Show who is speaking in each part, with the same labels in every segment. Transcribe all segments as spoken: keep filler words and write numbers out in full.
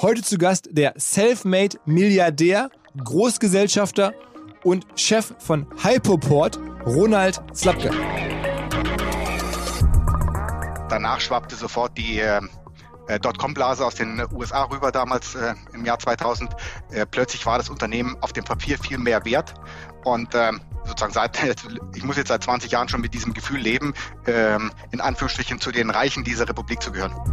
Speaker 1: Heute zu Gast der Selfmade-Milliardär, Großgesellschafter und Chef von Hypoport, Ronald Slabke.
Speaker 2: Danach schwappte sofort die äh, Dotcom-Blase aus den U S A rüber, damals äh, im Jahr zweitausend. Äh, plötzlich war das Unternehmen auf dem Papier viel mehr wert. Und äh, sozusagen seit, ich muss jetzt seit zwanzig Jahren schon mit diesem Gefühl leben, äh, in Anführungsstrichen zu den Reichen dieser Republik zu gehören.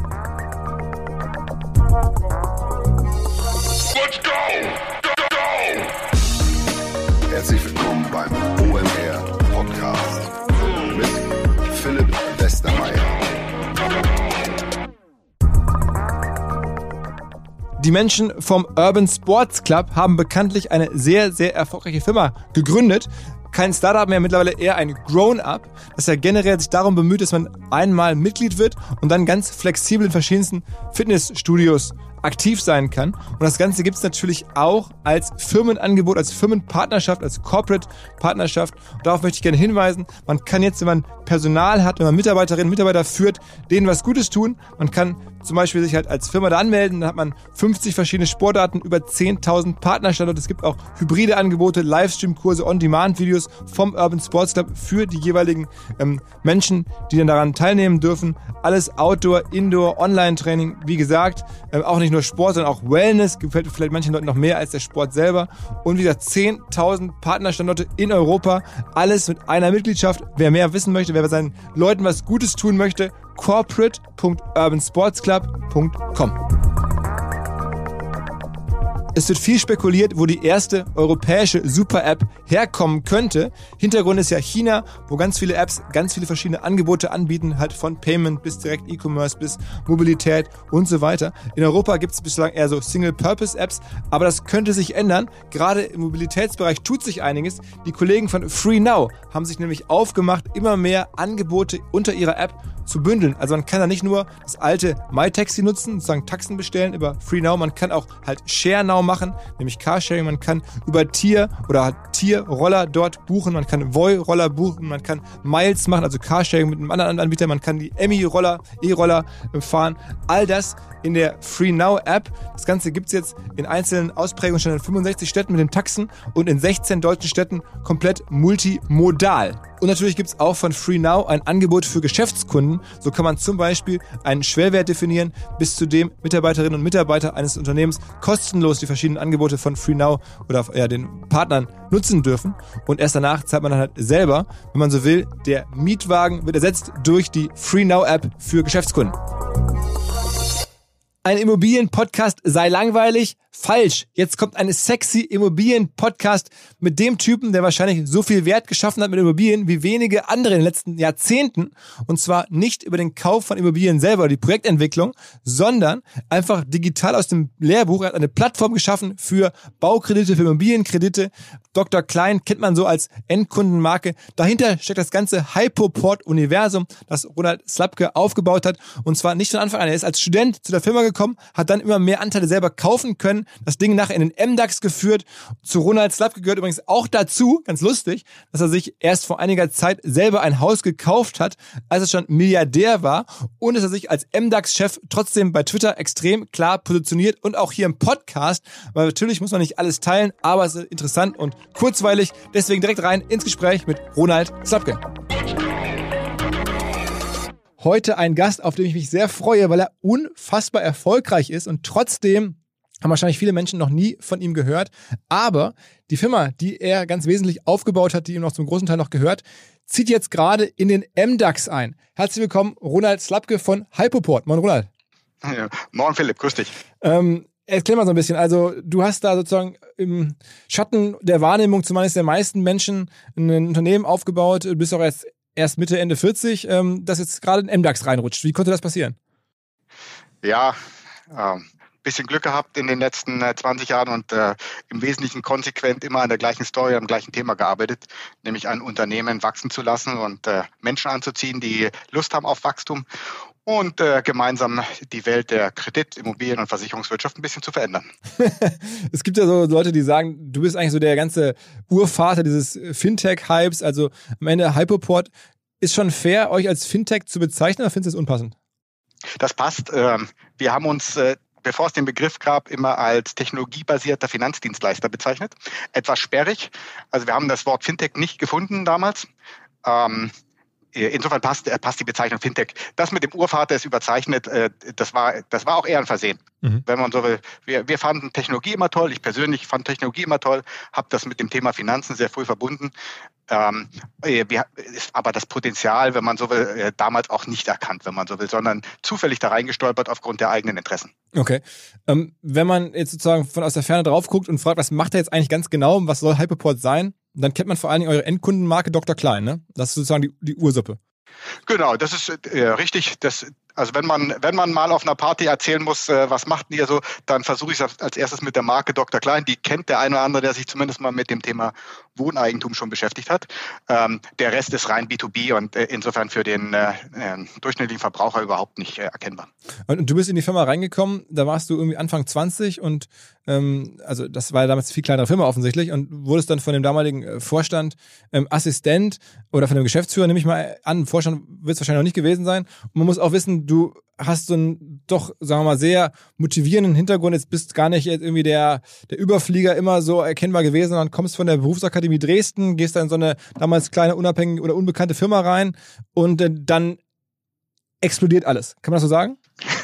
Speaker 3: Let's go! Go, go!
Speaker 4: Herzlich willkommen beim O M R Podcast mit Philipp Westermeier.
Speaker 1: Die Menschen vom Urban Sports Club haben bekanntlich eine sehr, sehr erfolgreiche Firma gegründet. Kein Startup mehr, mittlerweile eher ein Grown-up, das ja generell sich darum bemüht, dass man einmal Mitglied wird und dann ganz flexibel in verschiedensten Fitnessstudios aktiv sein kann. Und das Ganze gibt es natürlich auch als Firmenangebot, als Firmenpartnerschaft, als Corporate-Partnerschaft. Und darauf möchte ich gerne hinweisen. Man kann jetzt, wenn man Personal hat, wenn man Mitarbeiterinnen und Mitarbeiter führt, denen was Gutes tun. Man kann zum Beispiel sich halt als Firma da anmelden. Dann hat man fünfzig verschiedene Sportarten, über zehntausend Partnerstandorte. Es gibt auch hybride Angebote, Livestream-Kurse, On-Demand-Videos vom Urban Sports Club für die jeweiligen ähm, Menschen, die dann daran teilnehmen dürfen. Alles Outdoor, Indoor, Online-Training. Wie gesagt, ähm, auch nicht nur Sport, sondern auch Wellness. Gefällt vielleicht manchen Leuten noch mehr als der Sport selber. Und wie gesagt, zehntausend Partnerstandorte in Europa. Alles mit einer Mitgliedschaft. Wer mehr wissen möchte, wer bei seinen Leuten was Gutes tun möchte, corporate punkt urban sports club punkt com. Es wird viel spekuliert, wo die erste europäische Super-App herkommen könnte. Hintergrund ist ja China, wo ganz viele Apps ganz viele verschiedene Angebote anbieten, halt von Payment bis direkt E-Commerce bis Mobilität und so weiter. In Europa gibt es bislang eher so Single-Purpose-Apps, aber das könnte sich ändern. Gerade im Mobilitätsbereich tut sich einiges. Die Kollegen von FreeNow haben sich nämlich aufgemacht, immer mehr Angebote unter ihrer App zu bündeln. Also man kann da nicht nur das alte MyTaxi nutzen, sozusagen Taxen bestellen über FreeNow, man kann auch halt ShareNow machen, nämlich Carsharing, man kann über Tier oder halt Tier-Roller dort buchen, man kann Voi-Roller buchen, man kann Miles machen, also Carsharing mit einem anderen Anbieter, man kann die Emmy-Roller, E-Roller fahren, all das in der FreeNow-App. Das Ganze gibt es jetzt in einzelnen Ausprägungen schon in fünfundsechzig Städten mit den Taxen und in sechzehn deutschen Städten komplett multimodal. Und natürlich gibt es auch von FreeNow ein Angebot für Geschäftskunden. So kann man zum Beispiel einen Schwellwert definieren, bis zu dem Mitarbeiterinnen und Mitarbeiter eines Unternehmens kostenlos die verschiedenen Angebote von FreeNow oder ja, den Partnern nutzen dürfen. Und erst danach zahlt man dann halt selber, wenn man so will. Der Mietwagen wird ersetzt durch die FreeNow-App für Geschäftskunden. Ein Immobilien-Podcast sei langweilig? Falsch. Jetzt kommt ein sexy Immobilien-Podcast mit dem Typen, der wahrscheinlich so viel Wert geschaffen hat mit Immobilien wie wenige andere in den letzten Jahrzehnten. Und zwar nicht über den Kauf von Immobilien selber oder die Projektentwicklung, sondern einfach digital aus dem Lehrbuch. Er hat eine Plattform geschaffen für Baukredite, für Immobilienkredite. Doktor Klein kennt man so als Endkundenmarke. Dahinter steckt das ganze Hypoport-Universum, das Ronald Slabke aufgebaut hat. Und zwar nicht von Anfang an. Er ist als Student zu der Firma gekommen, hat dann immer mehr Anteile selber kaufen können, das Ding nachher in den M DAX geführt. Zu Ronald Slabke gehört übrigens auch dazu, ganz lustig, dass er sich erst vor einiger Zeit selber ein Haus gekauft hat, als er schon Milliardär war und dass er sich als M DAX-Chef trotzdem bei Twitter extrem klar positioniert und auch hier im Podcast, weil natürlich muss man nicht alles teilen, aber es ist interessant und kurzweilig. Deswegen direkt rein ins Gespräch mit Ronald Slabke. Heute ein Gast, auf den ich mich sehr freue, weil er unfassbar erfolgreich ist und trotzdem haben wahrscheinlich viele Menschen noch nie von ihm gehört. Aber die Firma, die er ganz wesentlich aufgebaut hat, die ihm noch zum großen Teil noch gehört, zieht jetzt gerade in den M DAX ein. Herzlich willkommen, Ronald Slabke von Hypoport. Moin, Ronald.
Speaker 2: Ja, moin, Philipp. Grüß dich.
Speaker 1: Ähm, erklär mal so ein bisschen. Also du hast da sozusagen im Schatten der Wahrnehmung zumindest der meisten Menschen ein Unternehmen aufgebaut. Du bist auch erst, erst Mitte, Ende vierzig, ähm, das jetzt gerade in den M DAX reinrutscht. Wie konnte das passieren?
Speaker 2: Ja, ähm. bisschen Glück gehabt in den letzten äh, zwanzig Jahren und äh, im Wesentlichen konsequent immer an der gleichen Story, am gleichen Thema gearbeitet, nämlich ein Unternehmen wachsen zu lassen und äh, Menschen anzuziehen, die Lust haben auf Wachstum und äh, gemeinsam die Welt der Kredit-, Immobilien- und Versicherungswirtschaft ein bisschen zu verändern.
Speaker 1: Es gibt ja so Leute, die sagen, du bist eigentlich so der ganze Urvater dieses Fintech-Hypes, also am Ende Hypoport. Ist schon fair, euch als Fintech zu bezeichnen, oder findest du das unpassend?
Speaker 2: Das passt. Ähm, wir haben uns äh, bevor es den Begriff gab, immer als technologiebasierter Finanzdienstleister bezeichnet. Etwas sperrig. Also wir haben das Wort Fintech nicht gefunden damals. Ähm, insofern passt, passt die Bezeichnung Fintech. Das mit dem Urvater ist überzeichnet. Äh, das war, das war auch eher ein Versehen. Mhm. Wenn man so will. Wir, wir fanden Technologie immer toll. Ich persönlich fand Technologie immer toll. Habe das mit dem Thema Finanzen sehr früh verbunden. Ähm, wir, aber das Potenzial, wenn man so will, äh, damals auch nicht erkannt, wenn man so will, sondern zufällig da reingestolpert aufgrund der eigenen Interessen.
Speaker 1: Okay. Ähm, wenn man jetzt sozusagen von aus der Ferne drauf guckt und fragt, was macht er jetzt eigentlich ganz genau, was soll Hyperport sein, dann kennt man vor allen Dingen eure Endkundenmarke Doktor Klein, ne? Das ist sozusagen die, die Ursuppe.
Speaker 2: Genau, das ist äh, richtig. Das, also wenn man, wenn man mal auf einer Party erzählen muss, äh, was macht ihr so, dann versuche ich es als erstes mit der Marke Doktor Klein. Die kennt der eine oder andere, der sich zumindest mal mit dem Thema Wohneigentum schon beschäftigt hat. Ähm, der Rest ist rein B zwei B und äh, insofern für den äh, äh, durchschnittlichen Verbraucher überhaupt nicht äh, erkennbar. Und,
Speaker 1: und du bist in die Firma reingekommen, da warst du irgendwie Anfang zwanzig und ähm, also das war ja damals eine viel kleinere Firma offensichtlich und wurdest dann von dem damaligen äh, Vorstand ähm, Assistent oder von dem Geschäftsführer, nehme ich mal an, Vorstand wird es wahrscheinlich noch nicht gewesen sein. Und man muss auch wissen, du hast so einen doch, sagen wir mal, sehr motivierenden Hintergrund. Jetzt bist gar nicht jetzt irgendwie der, der Überflieger immer so erkennbar gewesen, sondern kommst von der Berufsakademie Dresden, gehst da in so eine damals kleine, unabhängige oder unbekannte Firma rein und äh, dann explodiert alles. Kann man das so sagen?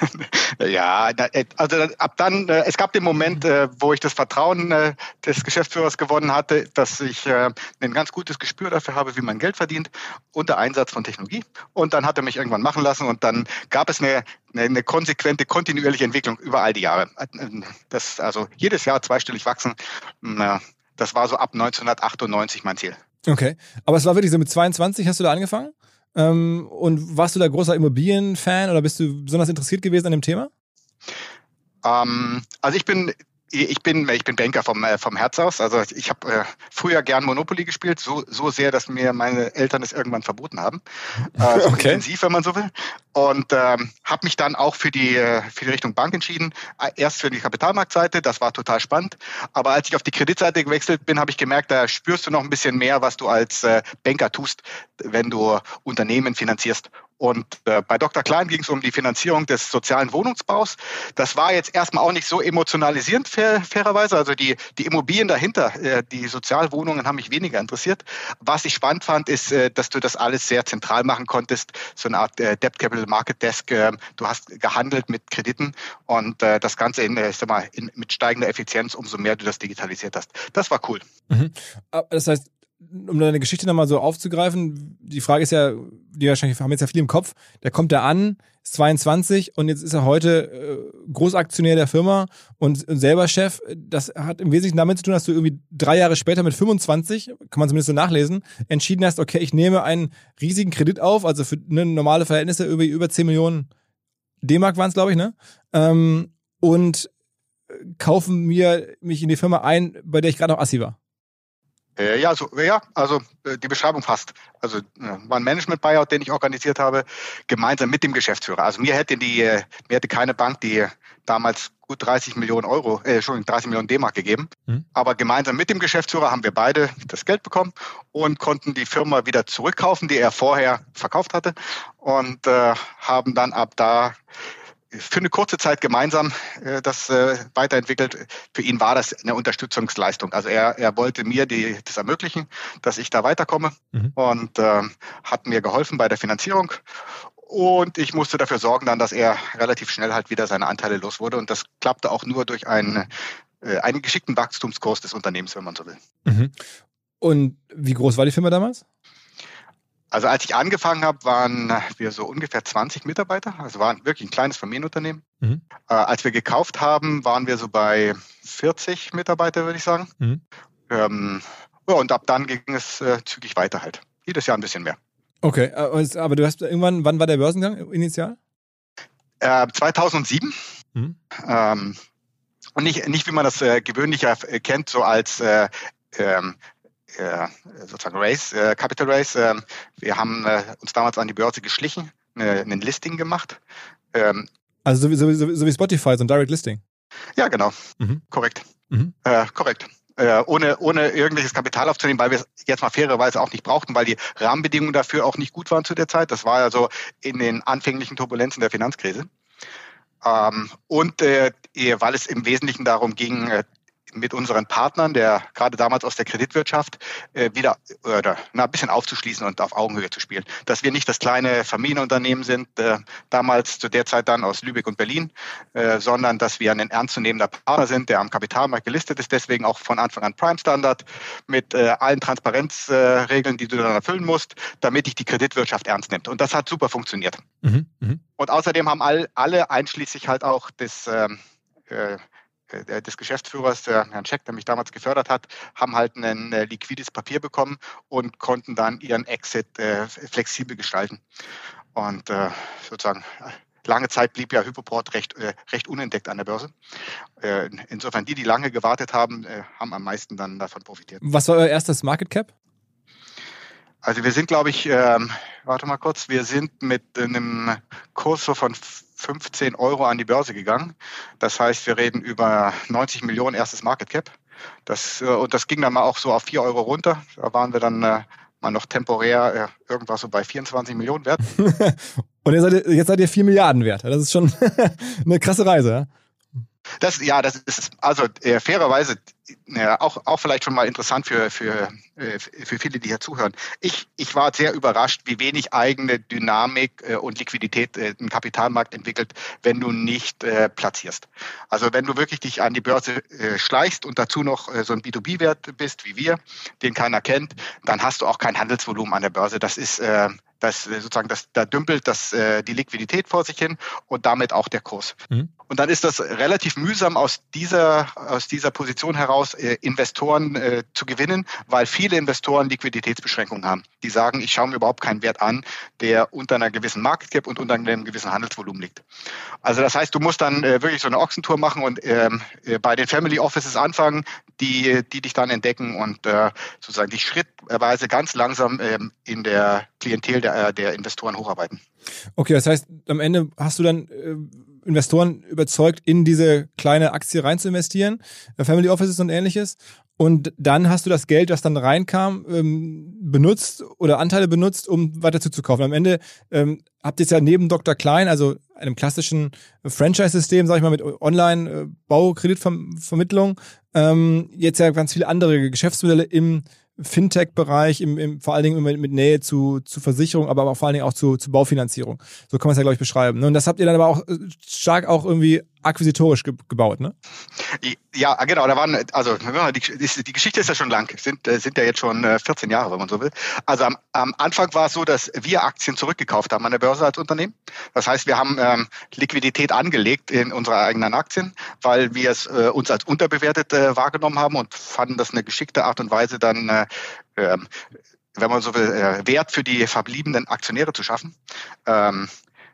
Speaker 2: Ja, also ab dann, es gab den Moment, wo ich das Vertrauen des Geschäftsführers gewonnen hatte, dass ich ein ganz gutes Gespür dafür habe, wie man Geld verdient unter Einsatz von Technologie. Und dann hat er mich irgendwann machen lassen und dann gab es eine, eine konsequente, kontinuierliche Entwicklung über all die Jahre. Das, also jedes Jahr zweistellig wachsen, das war so ab neunzehnhundertachtundneunzig mein Ziel.
Speaker 1: Okay, aber es war wirklich so mit zweiundzwanzig hast du da angefangen? Ähm, und warst du da großer Immobilienfan oder bist du besonders interessiert gewesen an dem Thema?
Speaker 2: Ähm, also ich bin ich bin ich bin Banker vom vom Herz aus. Also ich habe äh, früher gern Monopoly gespielt, so so sehr, dass mir meine Eltern es irgendwann verboten haben. Äh, so okay. Intensiv, wenn man so will. Und ähm, habe mich dann auch für die für die Richtung Bank entschieden. Erst für die Kapitalmarktseite, das war total spannend. Aber als ich auf die Kreditseite gewechselt bin, habe ich gemerkt, da spürst du noch ein bisschen mehr, was du als äh, Banker tust, wenn du Unternehmen finanzierst. Und äh, bei Doktor Klein ging es um die Finanzierung des sozialen Wohnungsbaus. Das war jetzt erstmal auch nicht so emotionalisierend, fair, fairerweise. Also die, die Immobilien dahinter, äh, die Sozialwohnungen haben mich weniger interessiert. Was ich spannend fand, ist, äh, dass du das alles sehr zentral machen konntest. So eine Art äh, Debt Capital Market Desk. Äh, du hast gehandelt mit Krediten und äh, das Ganze in, äh, sag mal, in, mit steigender Effizienz, umso mehr du das digitalisiert hast. Das war cool.
Speaker 1: Mhm. Das heißt, um deine Geschichte nochmal so aufzugreifen, die Frage ist ja, die wahrscheinlich haben jetzt ja viel im Kopf, der kommt da an, ist zweiundzwanzig und jetzt ist er heute äh, Großaktionär der Firma und selber Chef. Das hat im Wesentlichen damit zu tun, dass du irgendwie drei Jahre später mit fünfundzwanzig, kann man zumindest so nachlesen, entschieden hast, okay, ich nehme einen riesigen Kredit auf, also für ne, normale Verhältnisse irgendwie über zehn Millionen D-Mark waren es, glaube ich, ne? Ähm, und kaufen mir mich in die Firma ein, bei der ich gerade noch Assi war.
Speaker 2: Ja, so, ja, also die Beschreibung passt. Also war ein Management-Buyout, den ich organisiert habe, gemeinsam mit dem Geschäftsführer. Also mir hätte die, mir hätte keine Bank die damals gut dreißig Millionen Euro, äh, Entschuldigung, dreißig Millionen D-Mark gegeben. Mhm. Aber gemeinsam mit dem Geschäftsführer haben wir beide das Geld bekommen und konnten die Firma wieder zurückkaufen, die er vorher verkauft hatte, und äh, haben dann ab da für eine kurze Zeit gemeinsam äh, das äh, weiterentwickelt. Für ihn war das eine Unterstützungsleistung. Also er, er wollte mir die, das ermöglichen, dass ich da weiterkomme, mhm. und äh, hat mir geholfen bei der Finanzierung. Und ich musste dafür sorgen dann, dass er relativ schnell halt wieder seine Anteile los wurde. Und das klappte auch nur durch einen, äh, einen geschickten Wachstumskurs des Unternehmens, wenn man so will.
Speaker 1: Mhm. Und wie groß war die Firma damals?
Speaker 2: Also als ich angefangen habe, waren wir so ungefähr zwanzig Mitarbeiter. Also waren wirklich ein kleines Familienunternehmen. Mhm. Äh, als wir gekauft haben, waren wir so bei vierzig Mitarbeiter, würde ich sagen. Mhm. Ähm, ja, und ab dann ging es äh, zügig weiter halt. Jedes Jahr ein bisschen mehr.
Speaker 1: Okay, aber du hast irgendwann, wann war der Börsengang initial?
Speaker 2: Äh, zweitausendsieben. Mhm. Ähm, und nicht, nicht, wie man das äh, gewöhnlicher kennt, so als äh, ähm, Äh, sozusagen Race, äh, Capital Race. Äh, wir haben äh, uns damals an die Börse geschlichen, äh, ein Listing gemacht. Ähm,
Speaker 1: also so wie, so, wie, so wie Spotify, so ein Direct Listing?
Speaker 2: Ja, genau. Mhm. Korrekt. Mhm. Äh, korrekt. Äh, ohne, ohne irgendwelches Kapital aufzunehmen, weil wir es jetzt mal fairerweise auch nicht brauchten, weil die Rahmenbedingungen dafür auch nicht gut waren zu der Zeit. Das war ja so in den anfänglichen Turbulenzen der Finanzkrise. Ähm, und äh, weil es im Wesentlichen darum ging, äh, mit unseren Partnern, der gerade damals aus der Kreditwirtschaft, äh, wieder oder na, ein bisschen aufzuschließen und auf Augenhöhe zu spielen. Dass wir nicht das kleine Familienunternehmen sind, äh, damals zu der Zeit dann aus Lübeck und Berlin, äh, sondern dass wir ein ernstzunehmender Partner sind, der am Kapitalmarkt gelistet ist, deswegen auch von Anfang an Prime Standard mit äh, allen Transparenzregeln, äh, die du dann erfüllen musst, damit dich die Kreditwirtschaft ernst nimmt. Und das hat super funktioniert.
Speaker 1: Mhm, mh. Und
Speaker 2: außerdem haben all, alle, einschließlich halt auch des ähm, äh, des Geschäftsführers, der Herrn Scheck, der mich damals gefördert hat, haben halt ein äh, liquides Papier bekommen und konnten dann ihren Exit äh, flexibel gestalten. Und äh, sozusagen lange Zeit blieb ja Hypoport recht, äh, recht unentdeckt an der Börse. Äh, insofern die, die lange gewartet haben, äh, haben am meisten dann davon profitiert.
Speaker 1: Was war euer erstes Market Cap?
Speaker 2: Also wir sind, glaube ich, ähm, warte mal kurz, wir sind mit einem Kurs so von fünfzehn Euro an die Börse gegangen. Das heißt, wir reden über neunzig Millionen erstes Market Cap. Das, äh, und das ging dann mal auch so auf vier Euro runter. Da waren wir dann äh, mal noch temporär äh, irgendwas so bei vierundzwanzig Millionen wert.
Speaker 1: Und jetzt seid, ihr, jetzt seid ihr vier Milliarden wert. Das ist schon eine krasse Reise, ja?
Speaker 2: Das, ja, das ist also äh, fairerweise ja, auch, auch vielleicht schon mal interessant für, für, äh, für viele, die hier zuhören. Ich, ich war sehr überrascht, wie wenig eigene Dynamik äh, und Liquidität äh, im Kapitalmarkt entwickelt, wenn du nicht äh, platzierst. Also wenn du wirklich dich an die Börse äh, schleichst und dazu noch äh, so ein B zwei B-Wert bist wie wir, den keiner kennt, dann hast du auch kein Handelsvolumen an der Börse. Das ist äh, das sozusagen, das, da dümpelt das, äh, die Liquidität vor sich hin und damit auch der Kurs. Mhm. Und dann ist das relativ mühsam, aus dieser, aus dieser Position heraus äh, Investoren äh, zu gewinnen, weil viele Investoren Liquiditätsbeschränkungen haben. Die sagen, ich schaue mir überhaupt keinen Wert an, der unter einer gewissen Market Cap und unter einem gewissen Handelsvolumen liegt. Also das heißt, du musst dann äh, wirklich so eine Ochsentour machen und ähm, äh, bei den Family Offices anfangen, die, die dich dann entdecken und äh, sozusagen dich schrittweise ganz langsam ähm, in der Klientel der, der Investoren hocharbeiten.
Speaker 1: Okay, das heißt, am Ende hast du dann äh, Investoren überzeugt, in diese kleine Aktie rein zu investieren, äh, Family Offices und ähnliches. Und dann hast du das Geld, das dann reinkam, ähm, benutzt oder Anteile benutzt, um weiter zuzukaufen. Am Ende ähm, habt ihr es ja neben Doktor Klein, also einem klassischen Franchise-System, sag ich mal, mit Online-Baukreditvermittlung, ähm, jetzt ja ganz viele andere Geschäftsmodelle im Fintech-Bereich, im, im, vor allen Dingen mit, mit Nähe zu, zu Versicherung, aber auch vor allen Dingen auch zu, zu Baufinanzierung. So kann man es ja, glaube ich, beschreiben. Und das habt ihr dann aber auch stark auch irgendwie akquisitorisch ge- gebaut, ne?
Speaker 2: Ja, genau. Da waren, also die, die Geschichte ist ja schon lang, sind, sind ja jetzt schon vierzehn Jahre, wenn man so will. Also am, am Anfang war es so, dass wir Aktien zurückgekauft haben an der Börse als Unternehmen. Das heißt, wir haben ähm, Liquidität angelegt in unsere eigenen Aktien, weil wir es äh, uns als unterbewertet äh, wahrgenommen haben und fanden das eine geschickte Art und Weise, dann äh, äh, wenn man so will, äh, Wert für die verbliebenen Aktionäre zu schaffen. Ähm,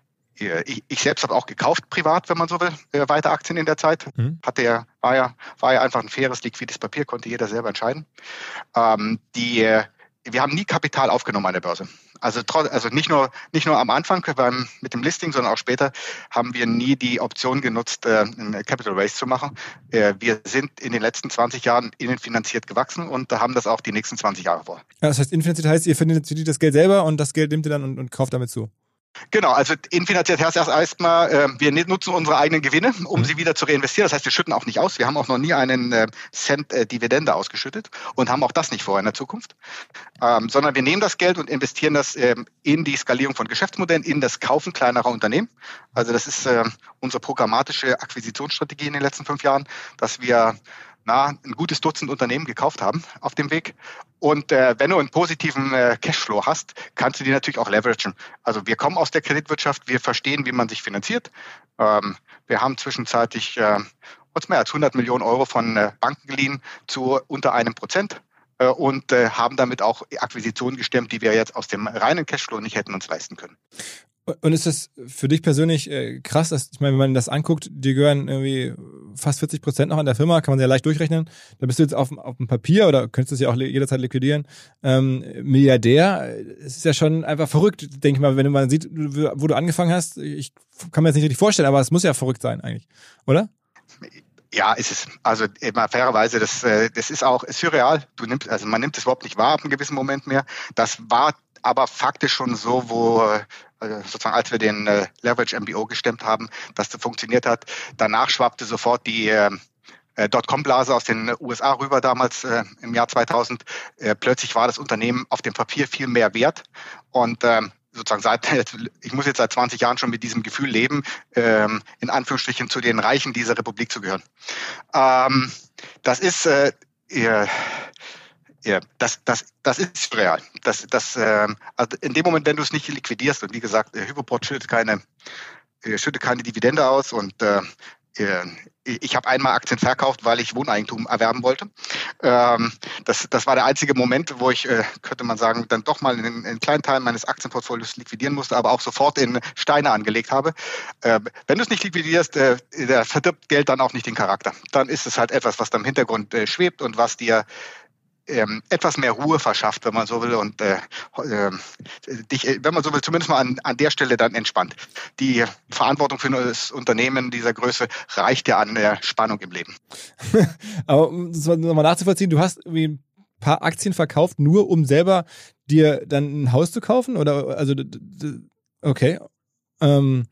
Speaker 2: Ich, ich selbst habe auch gekauft, privat, wenn man so will, weiter Aktien in der Zeit. Mhm. Hatte ja, war ja, war ja einfach ein faires, liquides Papier, konnte jeder selber entscheiden. Ähm, die, wir haben nie Kapital aufgenommen an der Börse. Also, also nicht nur, nicht nur am Anfang beim, mit dem Listing, sondern auch später haben wir nie die Option genutzt, einen Capital Raise zu machen. Wir sind in den letzten zwanzig Jahren innenfinanziert gewachsen und haben das auch die nächsten zwanzig Jahre vor.
Speaker 1: Ja, das heißt, innenfinanziert heißt, ihr verdient das Geld selber und das Geld nehmt ihr dann und, und kauft damit zu.
Speaker 2: Genau, also infinanziert heißt erst erstmal, äh, wir nutzen unsere eigenen Gewinne, um mhm. sie wieder zu reinvestieren. Das heißt, wir schütten auch nicht aus. Wir haben auch noch nie einen äh, Cent äh, Dividende ausgeschüttet und haben auch das nicht vor in der Zukunft. Ähm, sondern wir nehmen das Geld und investieren das ähm, in die Skalierung von Geschäftsmodellen, in das Kaufen kleinerer Unternehmen. Also das ist äh, unsere programmatische Akquisitionsstrategie in den letzten fünf Jahren, dass wir na, ein gutes Dutzend Unternehmen gekauft haben auf dem Weg. Und äh, wenn du einen positiven äh, Cashflow hast, kannst du die natürlich auch leveragen. Also wir kommen aus der Kreditwirtschaft, wir verstehen, wie man sich finanziert. Ähm, wir haben zwischenzeitlich äh, uns mehr als hundert Millionen Euro von äh, Banken geliehen zu unter einem Prozent äh, und äh, haben damit auch Akquisitionen gestemmt, die wir jetzt aus dem reinen Cashflow nicht hätten uns leisten können.
Speaker 1: Und ist das für dich persönlich äh, krass, dass, ich meine, wenn man das anguckt, dir gehören irgendwie fast vierzig Prozent noch an der Firma, kann man sehr leicht durchrechnen. Da bist du jetzt auf, auf dem Papier oder könntest du es ja auch jederzeit liquidieren. Ähm, Milliardär, es ist ja schon einfach verrückt, denke ich mal, wenn man sieht, wo du angefangen hast. Ich kann mir jetzt nicht richtig vorstellen, aber es muss ja verrückt sein eigentlich, oder?
Speaker 2: Ja, ist es. Also immer fairerweise, das, das ist auch surreal. Du nimmst, also man nimmt es überhaupt nicht wahr ab einem gewissen Moment mehr. Das war aber faktisch schon so, wo äh, sozusagen als wir den äh, Leverage M B O gestemmt haben, dass das funktioniert hat. Danach schwappte sofort die äh, Dotcom-Blase aus den U S A rüber damals äh, im Jahr zweitausend. Äh, plötzlich war das Unternehmen auf dem Papier viel mehr wert und ähm, sozusagen seit, ich muss jetzt seit zwanzig Jahren schon mit diesem Gefühl leben, ähm, in Anführungsstrichen zu den Reichen dieser Republik zu gehören. Ähm, das ist äh, ihr, ihr, das, das, das ist real. Das, das, ähm, also in dem Moment, wenn du es nicht liquidierst, und wie gesagt, Hypoport schüttet keine, schüttet keine Dividende aus und äh, ich habe einmal Aktien verkauft, weil ich Wohneigentum erwerben wollte. Das, das war der einzige Moment, wo ich, könnte man sagen, dann doch mal einen, einen kleinen Teil meines Aktienportfolios liquidieren musste, aber auch sofort in Steine angelegt habe. Wenn du es nicht liquidierst, verdirbt Geld dann auch nicht den Charakter. Dann ist es halt etwas, was da im Hintergrund schwebt und was dir Ähm, etwas mehr Ruhe verschafft, wenn man so will, und äh, äh, dich, wenn man so will, zumindest mal an, an der Stelle dann entspannt. Die Verantwortung für das Unternehmen dieser Größe reicht ja an der Spannung im Leben.
Speaker 1: Aber um das nochmal nachzuvollziehen, du hast irgendwie ein paar Aktien verkauft, nur um selber dir dann ein Haus zu kaufen? Oder also okay. Ähm.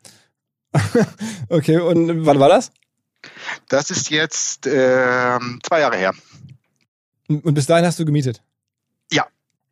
Speaker 1: Okay, und wann war das?
Speaker 2: Das ist jetzt äh, zwei Jahre her.
Speaker 1: Und bis dahin hast du gemietet?
Speaker 2: Ja.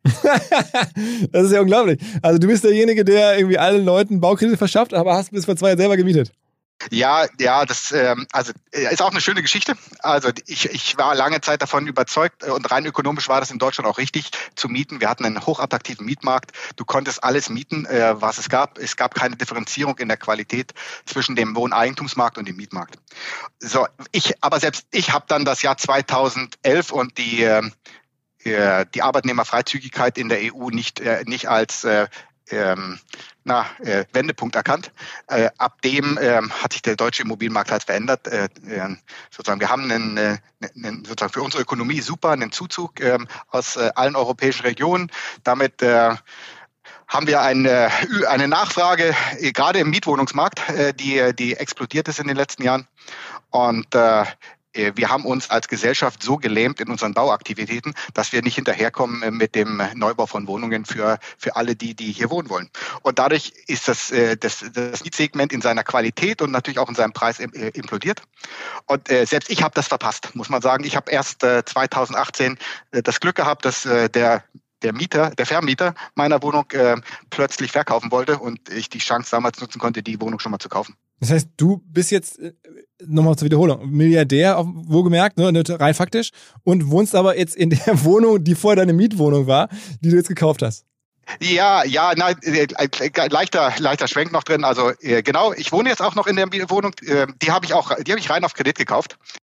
Speaker 1: Das ist ja unglaublich. Also du bist derjenige, der irgendwie allen Leuten Baukredite verschafft, aber hast bis vor zwei Jahren selber gemietet.
Speaker 2: Ja, ja, das ähm, also ist auch eine schöne Geschichte. Also ich, ich war lange Zeit davon überzeugt und rein ökonomisch war das in Deutschland auch richtig zu mieten. Wir hatten einen hochattraktiven Mietmarkt. Du konntest alles mieten, äh, was es gab. Es gab keine Differenzierung in der Qualität zwischen dem Wohneigentumsmarkt und dem Mietmarkt. So, ich, aber selbst ich habe dann das Jahr zweitausendelf und die äh, die Arbeitnehmerfreizügigkeit in der E U nicht äh, nicht als äh, Ähm, na, äh, Wendepunkt erkannt. Äh, ab dem äh, hat sich der deutsche Immobilienmarkt halt verändert. Äh, äh, sozusagen, wir haben einen, äh, einen, sozusagen für unsere Ökonomie super einen Zuzug äh, aus äh, allen europäischen Regionen. Damit äh, haben wir eine, eine Nachfrage, äh, gerade im Mietwohnungsmarkt, äh, die, die explodiert ist in den letzten Jahren. Und äh, wir haben uns als Gesellschaft so gelähmt in unseren Bauaktivitäten, dass wir nicht hinterherkommen mit dem Neubau von Wohnungen für, für alle die, die hier wohnen wollen. Und dadurch ist das, das, das Mietsegment in seiner Qualität und natürlich auch in seinem Preis implodiert. Und selbst ich habe das verpasst, muss man sagen. Ich habe erst zweitausendachtzehn das Glück gehabt, dass der der Mieter, der Vermieter meiner Wohnung äh, plötzlich verkaufen wollte und ich die Chance damals nutzen konnte, die Wohnung schon mal zu kaufen.
Speaker 1: Das heißt, du bist jetzt, äh, nochmal zur Wiederholung, Milliardär, auf, wohlgemerkt, ne, rein faktisch, und wohnst aber jetzt in der Wohnung, die vorher deine Mietwohnung war, die du jetzt gekauft hast.
Speaker 2: Ja, ja, nein, äh, leichter, leichter Schwenk noch drin. Also äh, genau, ich wohne jetzt auch noch in der Wohnung. Äh, die habe ich auch, die habe ich rein auf Kredit gekauft.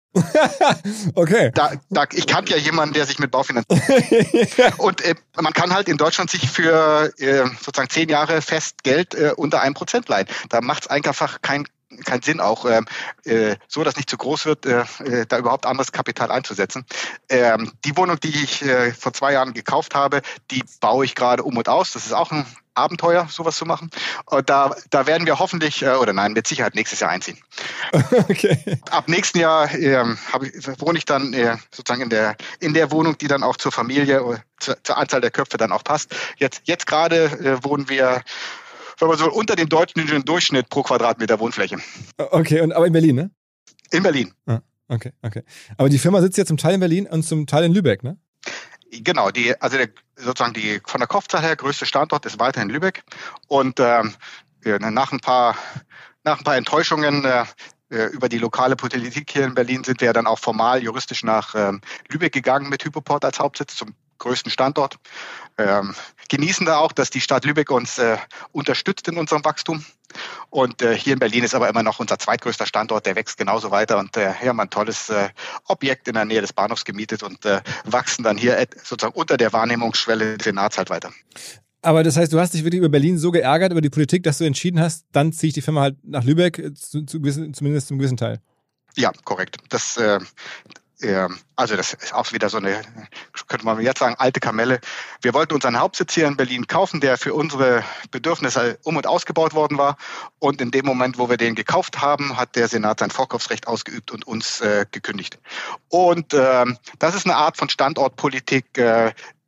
Speaker 1: Okay.
Speaker 2: Da, da, ich kannte ja jemanden, der sich mit Baufinanzierung und äh, man kann halt in Deutschland sich für äh, sozusagen zehn Jahre fest Geld äh, unter einem Prozent leihen. Da macht es einfach keinen kein Sinn, auch äh, so, dass nicht zu groß wird, äh, da überhaupt anderes Kapital einzusetzen. Ähm, die Wohnung, die ich äh, vor zwei Jahren gekauft habe, die baue ich gerade um und aus. Das ist auch ein Abenteuer, sowas zu machen. Und da, da werden wir hoffentlich, äh, oder nein, mit Sicherheit nächstes Jahr einziehen.
Speaker 1: Okay.
Speaker 2: Ab nächsten Jahr äh, hab ich, wohne ich dann äh, sozusagen in der, in der Wohnung, die dann auch zur Familie, oder zur, zur Anzahl der Köpfe dann auch passt. Jetzt, jetzt gerade äh, wohnen wir, wenn man so unter dem deutschen Durchschnitt pro Quadratmeter Wohnfläche.
Speaker 1: Okay, und aber in Berlin, ne?
Speaker 2: In Berlin.
Speaker 1: Ah, okay, okay. Aber die Firma sitzt ja zum Teil in Berlin und zum Teil in Lübeck, ne?
Speaker 2: Genau, die, also der, sozusagen die von der Kopfzahl her größte Standort ist weiterhin Lübeck. Und ähm, nach ein paar nach ein paar Enttäuschungen äh, über die lokale Politik hier in Berlin sind wir ja dann auch formal juristisch nach ähm, Lübeck gegangen mit Hypoport als Hauptsitz zum größten Standort. Ähm, genießen da auch, dass die Stadt Lübeck uns äh, unterstützt in unserem Wachstum. Und äh, hier in Berlin ist aber immer noch unser zweitgrößter Standort, der wächst genauso weiter. Und äh, hier haben wir ein tolles äh, Objekt in der Nähe des Bahnhofs gemietet und äh, wachsen dann hier sozusagen unter der Wahrnehmungsschwelle des Senats halt weiter.
Speaker 1: Aber das heißt, du hast dich wirklich über Berlin so geärgert, über die Politik, dass du entschieden hast, dann ziehe ich die Firma halt nach Lübeck, zu, zu gewissen, zumindest zum gewissen Teil.
Speaker 2: Ja, korrekt. Das äh, Also das ist auch wieder so eine, könnte man jetzt sagen, alte Kamelle. Wir wollten unseren Hauptsitz hier in Berlin kaufen, der für unsere Bedürfnisse um- und ausgebaut worden war. Und in dem Moment, wo wir den gekauft haben, hat der Senat sein Vorkaufsrecht ausgeübt und uns äh, gekündigt. Und äh, das ist eine Art von Standortpolitik, äh,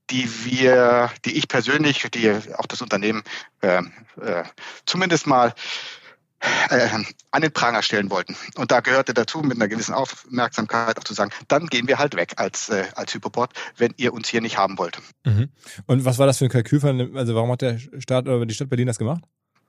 Speaker 2: die wir, die ich persönlich, die auch das Unternehmen äh, äh, zumindest mal äh, an den Pranger stellen wollten. Und da gehörte dazu, mit einer gewissen Aufmerksamkeit auch zu sagen, dann gehen wir halt weg als, äh, als Hypoport, wenn ihr uns hier nicht haben wollt.
Speaker 1: Mhm. Und was war das für ein Kalkül von, also warum hat der Staat oder die Stadt Berlin das gemacht?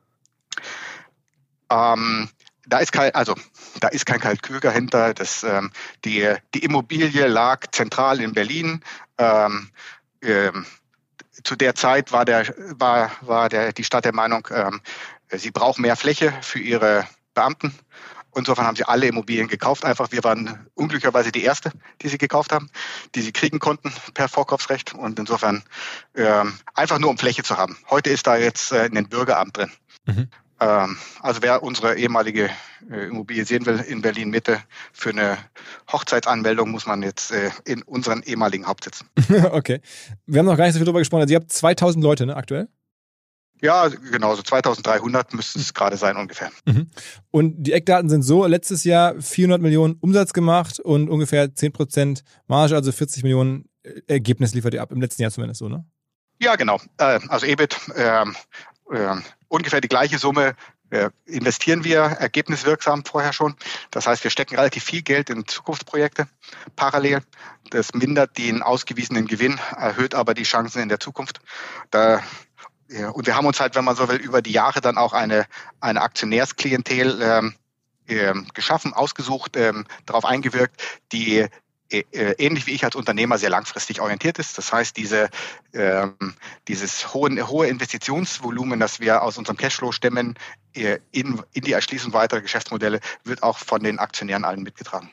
Speaker 2: Ähm, da ist kein, also da ist kein Kalkül dahinter. Das, ähm, die, die Immobilie lag zentral in Berlin. Ähm, ähm, zu der Zeit war der, war, war der, die Stadt der Meinung, ähm, sie braucht mehr Fläche für ihre Beamten. Insofern haben sie alle Immobilien gekauft. Einfach, wir waren unglücklicherweise die Erste, die sie gekauft haben, die sie kriegen konnten per Vorkaufsrecht. Und insofern ähm, einfach nur um Fläche zu haben. Heute ist da jetzt äh, ein Bürgeramt drin. Mhm. Ähm, also wer unsere ehemalige äh, Immobilie sehen will in Berlin Mitte, für eine Hochzeitsanmeldung muss man jetzt äh, in unseren ehemaligen Hauptsitz.
Speaker 1: Okay. Wir haben noch gar nicht so viel drüber gesprochen. Also ihr habt zweitausend Leute, ne, aktuell?
Speaker 2: Ja, genau, so zweitausenddreihundert müsste es gerade sein ungefähr.
Speaker 1: Mhm. Und die Eckdaten sind so, letztes Jahr vierhundert Millionen Umsatz gemacht und ungefähr zehn Prozent Marge, also vierzig Millionen Ergebnis liefert ihr ab, im letzten Jahr zumindest so, ne?
Speaker 2: Ja, genau. Äh, also E B I T, äh, äh, ungefähr die gleiche Summe äh, investieren wir ergebniswirksam vorher schon. Das heißt, wir stecken relativ viel Geld in Zukunftsprojekte parallel. Das mindert den ausgewiesenen Gewinn, erhöht aber die Chancen in der Zukunft. Da Ja, und wir haben uns halt, wenn man so will, über die Jahre dann auch eine, eine Aktionärsklientel ähm, äh, geschaffen, ausgesucht, ähm, darauf eingewirkt, die äh, ähnlich wie ich als Unternehmer sehr langfristig orientiert ist. Das heißt, diese, ähm, dieses hohe, hohe Investitionsvolumen, das wir aus unserem Cashflow stemmen, äh, in, in die Erschließung weiterer Geschäftsmodelle, wird auch von den Aktionären allen mitgetragen.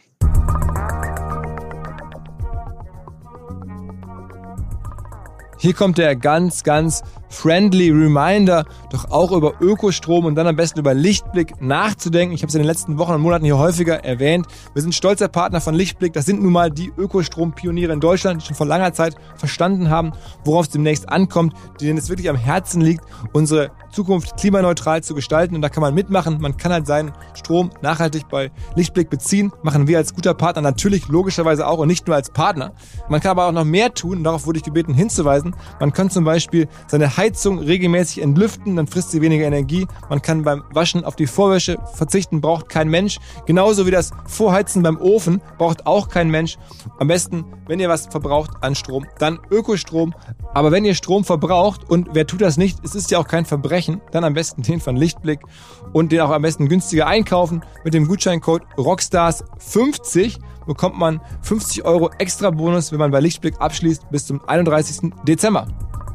Speaker 1: Hier kommt der ganz, ganz friendly Reminder, doch auch über Ökostrom und dann am besten über Lichtblick nachzudenken. Ich habe es in den letzten Wochen und Monaten hier häufiger erwähnt. Wir sind stolzer Partner von Lichtblick. Das sind nun mal die Ökostrom-Pioniere in Deutschland, die schon vor langer Zeit verstanden haben, worauf es demnächst ankommt, denen es wirklich am Herzen liegt, unsere Zukunft klimaneutral zu gestalten. Und da kann man mitmachen. Man kann halt seinen Strom nachhaltig bei Lichtblick beziehen. Machen wir als guter Partner natürlich logischerweise auch und nicht nur als Partner. Man kann aber auch noch mehr tun. Und darauf wurde ich gebeten hinzuweisen. Man kann zum Beispiel seine Heizung regelmäßig entlüften, dann frisst sie weniger Energie. Man kann beim Waschen auf die Vorwäsche verzichten, braucht kein Mensch. Genauso wie das Vorheizen beim Ofen braucht auch kein Mensch. Am besten, wenn ihr was verbraucht an Strom, dann Ökostrom. Aber wenn ihr Strom verbraucht und wer tut das nicht, es ist ja auch kein Verbrechen, dann am besten den von Lichtblick und den auch am besten günstiger einkaufen. Mit dem Gutscheincode Rockstars fünfzig bekommt man fünfzig Euro extra Bonus, wenn man bei Lichtblick abschließt bis zum einunddreißigsten Dezember.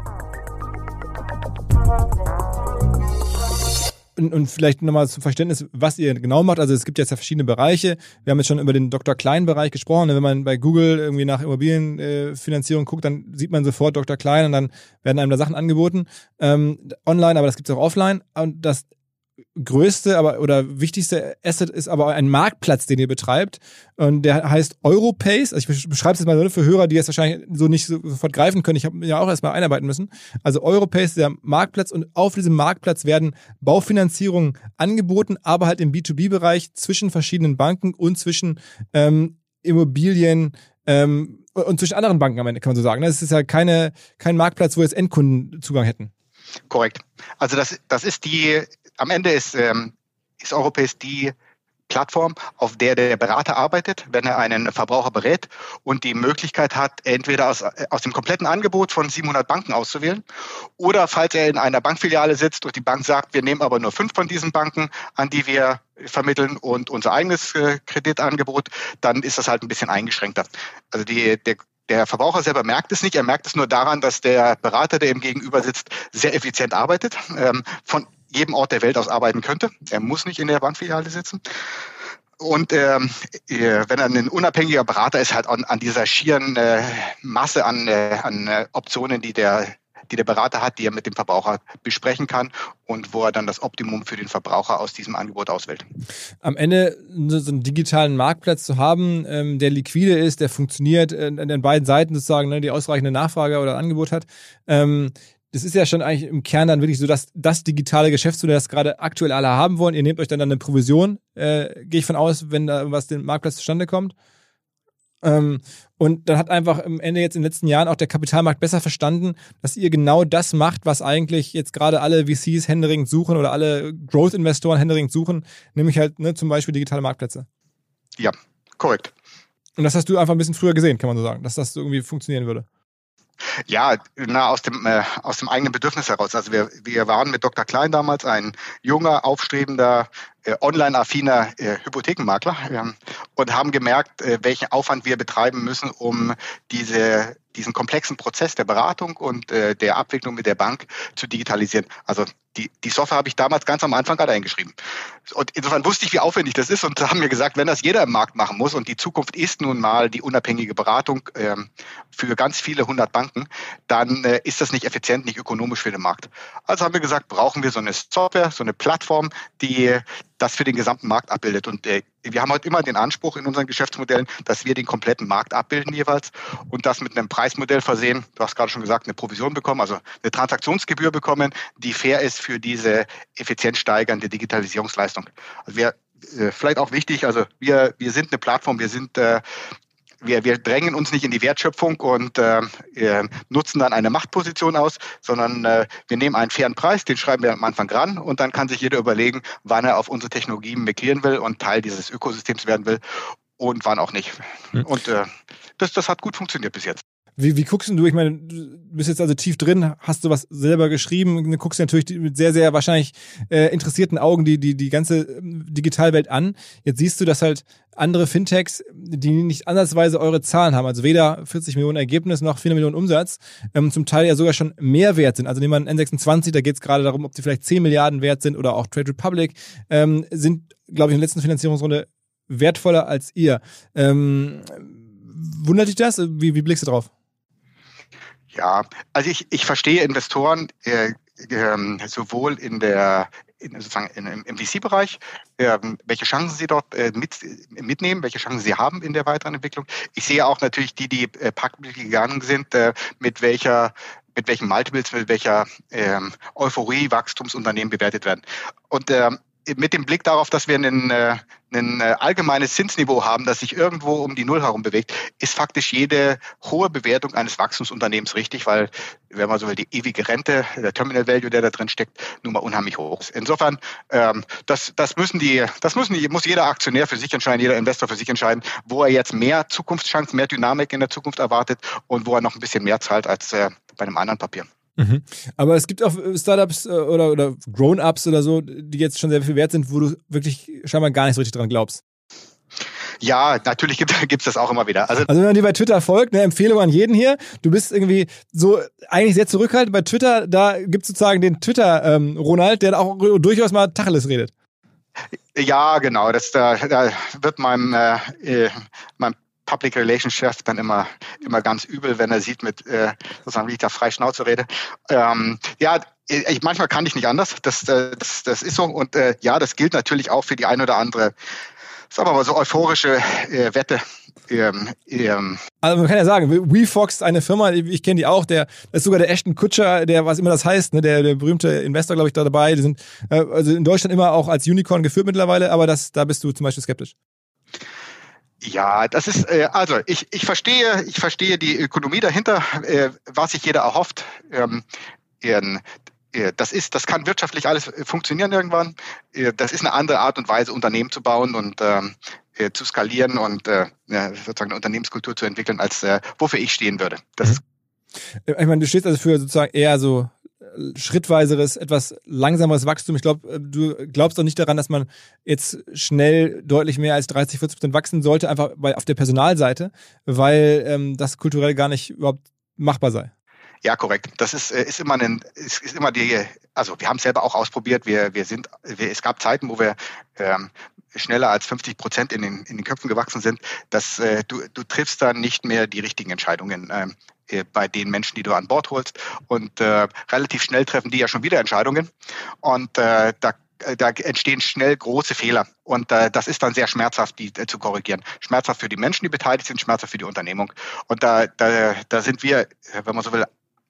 Speaker 1: Und, und vielleicht nochmal zum Verständnis, was ihr genau macht. Also es gibt jetzt ja verschiedene Bereiche. Wir haben jetzt schon über den Doktor Klein-Bereich gesprochen. Wenn man bei Google irgendwie nach Immobilienfinanzierung guckt, dann sieht man sofort Doktor Klein und dann werden einem da Sachen angeboten. Ähm, online, aber das gibt es auch offline. Und das größte aber oder wichtigste Asset ist aber ein Marktplatz, den ihr betreibt. Und der heißt Europace. Also ich beschreibe es jetzt mal nur für Hörer, die jetzt wahrscheinlich so nicht sofort greifen können. Ich habe ja auch erstmal einarbeiten müssen. Also Europace, der Marktplatz, und auf diesem Marktplatz werden Baufinanzierungen angeboten, aber halt im B zwei B-Bereich zwischen verschiedenen Banken und zwischen ähm, Immobilien ähm, und zwischen anderen Banken am Ende, kann man so sagen. Das ist ja keine, kein Marktplatz, wo jetzt Endkunden Zugang hätten.
Speaker 2: Korrekt. Also das, das ist die, am Ende ist, ähm, ist Europace die Plattform, auf der der Berater arbeitet, wenn er einen Verbraucher berät und die Möglichkeit hat, entweder aus, aus dem kompletten Angebot von siebenhundert Banken auszuwählen oder falls er in einer Bankfiliale sitzt und die Bank sagt, wir nehmen aber nur fünf von diesen Banken, an die wir vermitteln und unser eigenes äh, Kreditangebot, dann ist das halt ein bisschen eingeschränkter. Also die, der Der Verbraucher selber merkt es nicht. Er merkt es nur daran, dass der Berater, der ihm gegenüber sitzt, sehr effizient arbeitet, ähm, von jedem Ort der Welt aus arbeiten könnte. Er muss nicht in der Bankfiliale sitzen. Und ähm, wenn er ein unabhängiger Berater ist, halt an, an dieser schieren äh, Masse an, äh, an äh, Optionen, die der die der Berater hat, die er mit dem Verbraucher besprechen kann und wo er dann das Optimum für den Verbraucher aus diesem Angebot auswählt.
Speaker 1: Am Ende so einen digitalen Marktplatz zu haben, ähm, der liquide ist, der funktioniert, äh, an den beiden Seiten sozusagen, ne, die ausreichende Nachfrage oder Angebot hat, ähm, das ist ja schon eigentlich im Kern dann wirklich so, dass das digitale Geschäftsmodell, das gerade aktuell alle haben wollen. Ihr nehmt euch dann, dann eine Provision, äh, gehe ich von aus, wenn da was den Marktplatz zustande kommt? Ähm, und dann hat einfach am Ende jetzt in den letzten Jahren auch der Kapitalmarkt besser verstanden, dass ihr genau das macht, was eigentlich jetzt gerade alle V Cs händeringend suchen oder alle Growth-Investoren händeringend suchen, nämlich halt ne, zum Beispiel digitale Marktplätze.
Speaker 2: Ja, korrekt.
Speaker 1: Und das hast du einfach ein bisschen früher gesehen, kann man so sagen, dass das so irgendwie funktionieren würde.
Speaker 2: Ja, na, aus dem, äh, aus dem eigenen Bedürfnis heraus. Also wir, wir waren mit Doktor Klein damals ein junger, aufstrebender, äh, online-affiner äh, Hypothekenmakler ähm, und haben gemerkt, äh, welchen Aufwand wir betreiben müssen, um diese, diesen komplexen Prozess der Beratung und äh, der Abwicklung mit der Bank zu digitalisieren. Also die, die Software habe ich damals ganz am Anfang gerade eingeschrieben. Und insofern wusste ich, wie aufwendig das ist und haben mir gesagt, wenn das jeder im Markt machen muss und die Zukunft ist nun mal die unabhängige Beratung ähm, für ganz viele hundert Banken, dann äh, ist das nicht effizient, nicht ökonomisch für den Markt. Also haben wir gesagt, brauchen wir so eine Software, so eine Plattform, die das für den gesamten Markt abbildet. Und äh, wir haben heute immer den Anspruch in unseren Geschäftsmodellen, dass wir den kompletten Markt abbilden jeweils und das mit einem Preismodell versehen. Du hast gerade schon gesagt, eine Provision bekommen, also eine Transaktionsgebühr bekommen, die fair ist für diese effizient steigernde Digitalisierungsleistung. Also wir, äh, vielleicht auch wichtig, also wir, wir sind eine Plattform, wir sind äh, Wir, wir drängen uns nicht in die Wertschöpfung und äh, nutzen dann eine Machtposition aus, sondern äh, wir nehmen einen fairen Preis, den schreiben wir am Anfang ran und dann kann sich jeder überlegen, wann er auf unsere Technologien migrieren will und Teil dieses Ökosystems werden will und wann auch nicht. Hm. Und äh, das, das hat gut funktioniert bis jetzt.
Speaker 1: Wie, wie guckst du? Ich meine, du bist jetzt also tief drin, hast du was selber geschrieben, guckst dir natürlich mit sehr, sehr wahrscheinlich äh, interessierten Augen die, die, die ganze Digitalwelt an. Jetzt siehst du, dass halt andere Fintechs, die nicht ansatzweise eure Zahlen haben, also weder vierzig Millionen Ergebnis noch vier Millionen Umsatz, ähm, zum Teil ja sogar schon mehr wert sind. Also nehmen wir einen N sechsundzwanzig, da geht es gerade darum, ob die vielleicht zehn Milliarden wert sind oder auch Trade Republic, ähm, sind, glaube ich, in der letzten Finanzierungsrunde wertvoller als ihr. Ähm, wundert dich das? Wie, wie blickst du drauf?
Speaker 2: Ja, also ich, ich verstehe Investoren äh, äh, sowohl in der in, sozusagen in, im, im V C-Bereich, äh, welche Chancen sie dort äh, mit, mitnehmen, welche Chancen sie haben in der weiteren Entwicklung. Ich sehe auch natürlich die, die äh, public gegangen sind, äh, mit welcher mit welchen Multiples, mit welcher ähm, Euphorie Wachstumsunternehmen bewertet werden. Und äh, mit dem Blick darauf, dass wir einen, äh, ein allgemeines Zinsniveau haben, das sich irgendwo um die Null herum bewegt, ist faktisch jede hohe Bewertung eines Wachstumsunternehmens richtig, weil, wenn man so will, die ewige Rente, der Terminal Value, der da drin steckt, nun mal unheimlich hoch ist. Insofern, ähm, das, das müssen die, das müssen die, muss jeder Aktionär für sich entscheiden, jeder Investor für sich entscheiden, wo er jetzt mehr Zukunftschancen, mehr Dynamik in der Zukunft erwartet und wo er noch ein bisschen mehr zahlt als äh, bei einem anderen Papier.
Speaker 1: Mhm. Aber es gibt auch Startups oder, oder Grown-Ups oder so, die jetzt schon sehr viel wert sind, wo du wirklich scheinbar gar nicht so richtig dran glaubst.
Speaker 2: Ja, natürlich gibt es das auch immer wieder. Also,
Speaker 1: also wenn man dir bei Twitter folgt, eine Empfehlung an jeden hier, du bist irgendwie so eigentlich sehr zurückhaltend bei Twitter, da gibt es sozusagen den Twitter-Ronald, ähm, der auch durchaus mal Tacheles redet.
Speaker 2: Ja, genau, das, da, da wird meinem, äh, meinem Public Relations Chef dann immer immer ganz übel, wenn er sieht, mit äh, sozusagen, wie ich da frei Schnauze rede. Ähm, ja, ich, manchmal kann ich nicht anders. Das, das, das ist so. Und äh, ja, das gilt natürlich auch für die ein oder andere, sagen wir mal so euphorische äh, Wette. Ähm, ähm.
Speaker 1: Also man kann ja sagen, WeFox, eine Firma, ich kenne die auch, der das ist sogar der Ashton Kutcher, der was immer das heißt, ne, der, der berühmte Investor, glaube ich, da dabei. Die sind äh, also in Deutschland immer auch als Unicorn geführt mittlerweile, aber das, da bist du zum Beispiel skeptisch.
Speaker 2: Ja, das ist, äh, also ich, ich verstehe, ich verstehe die Ökonomie dahinter, äh, was sich jeder erhofft. Ähm, äh, das ist, das kann wirtschaftlich alles funktionieren irgendwann. Äh, das ist eine andere Art und Weise, Unternehmen zu bauen und ähm, äh, zu skalieren und äh, sozusagen eine Unternehmenskultur zu entwickeln, als äh, wofür ich stehen würde. Das ist
Speaker 1: ich meine, du stehst also für sozusagen eher so schrittweiseres, etwas langsameres Wachstum. Ich glaube, du glaubst doch nicht daran, dass man jetzt schnell deutlich mehr als dreißig, vierzig Prozent wachsen sollte, einfach bei, auf der Personalseite, weil ähm, das kulturell gar nicht überhaupt machbar sei.
Speaker 2: Ja, korrekt. Das ist, ist immer ein, ist, ist immer die, also wir haben es selber auch ausprobiert. Wir, wir sind, wir, es gab Zeiten, wo wir ähm, schneller als fünfzig Prozent in den, in den Köpfen gewachsen sind. Dass äh, du, du triffst dann nicht mehr die richtigen Entscheidungen ähm, bei den Menschen, die du an Bord holst. Und äh, relativ schnell treffen die ja schon wieder Entscheidungen. Und äh, da Da entstehen schnell große Fehler und äh, das ist dann sehr schmerzhaft, die äh, zu korrigieren. Schmerzhaft für die Menschen, die beteiligt sind, schmerzhaft für die Unternehmung. Und da, da, da sind wir, wenn man so will,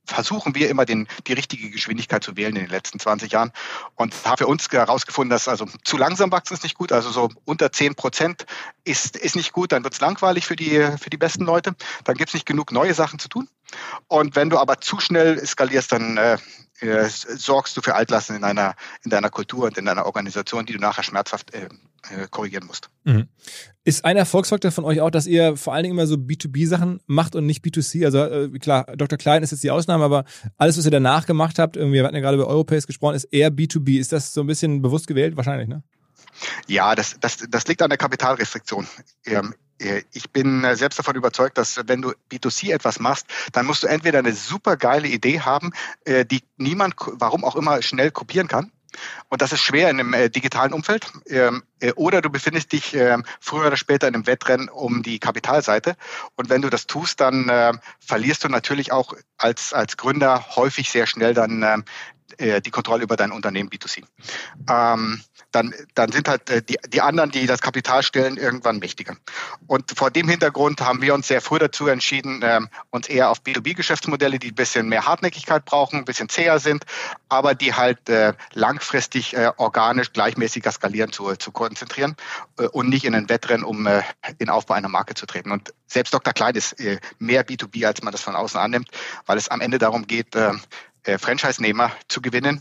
Speaker 2: versuchen wir immer den, die richtige Geschwindigkeit zu wählen in den letzten zwanzig Jahren und haben für uns herausgefunden, dass also zu langsam wachsen ist nicht gut, also so unter zehn Prozent ist, ist nicht gut, dann wird es langweilig für die, für die besten Leute, dann gibt es nicht genug neue Sachen zu tun und wenn du aber zu schnell skalierst, dann äh, äh, sorgst du für Altlasten in deiner, in deiner Kultur und in deiner Organisation, die du nachher schmerzhaft äh, äh, korrigieren musst.
Speaker 1: Mhm. Ist ein Erfolgsfaktor von euch auch, dass ihr vor allen Dingen immer so B zwei B Sachen macht und nicht B zwei C? Also äh, klar, Doktor Klein ist jetzt die Ausnahme, aber alles, was ihr danach gemacht habt, irgendwie, wir hatten ja gerade über Europace gesprochen, ist eher B zwei B. Ist das so ein bisschen bewusst gewählt? Wahrscheinlich, ne?
Speaker 2: Ja, das, das, das liegt an der Kapitalrestriktion. Ähm, Ich bin selbst davon überzeugt, dass wenn du B zwei C etwas machst, dann musst du entweder eine super geile Idee haben, die niemand, warum auch immer, schnell kopieren kann. Und das ist schwer in einem äh, digitalen Umfeld. Ähm, äh, oder du befindest dich äh, früher oder später in einem Wettrennen um die Kapitalseite. Und wenn du das tust, dann äh, verlierst du natürlich auch als, als Gründer häufig sehr schnell dann äh, die Kontrolle über dein Unternehmen B zwei C. Ähm, dann, dann sind halt äh, die, die anderen, die das Kapital stellen, irgendwann mächtiger. Und vor dem Hintergrund haben wir uns sehr früh dazu entschieden, äh, uns eher auf B zwei B-Geschäftsmodelle, die ein bisschen mehr Hartnäckigkeit brauchen, ein bisschen zäher sind, aber die halt äh, langfristig äh, organisch gleichmäßiger skalieren zu, zu konzentrieren äh, und nicht in ein Wettrennen, um äh, den Aufbau einer Marke zu treten. Und selbst Doktor Klein ist äh, mehr B zwei B, als man das von außen annimmt, weil es am Ende darum geht, äh, äh, Franchise-Nehmer zu gewinnen,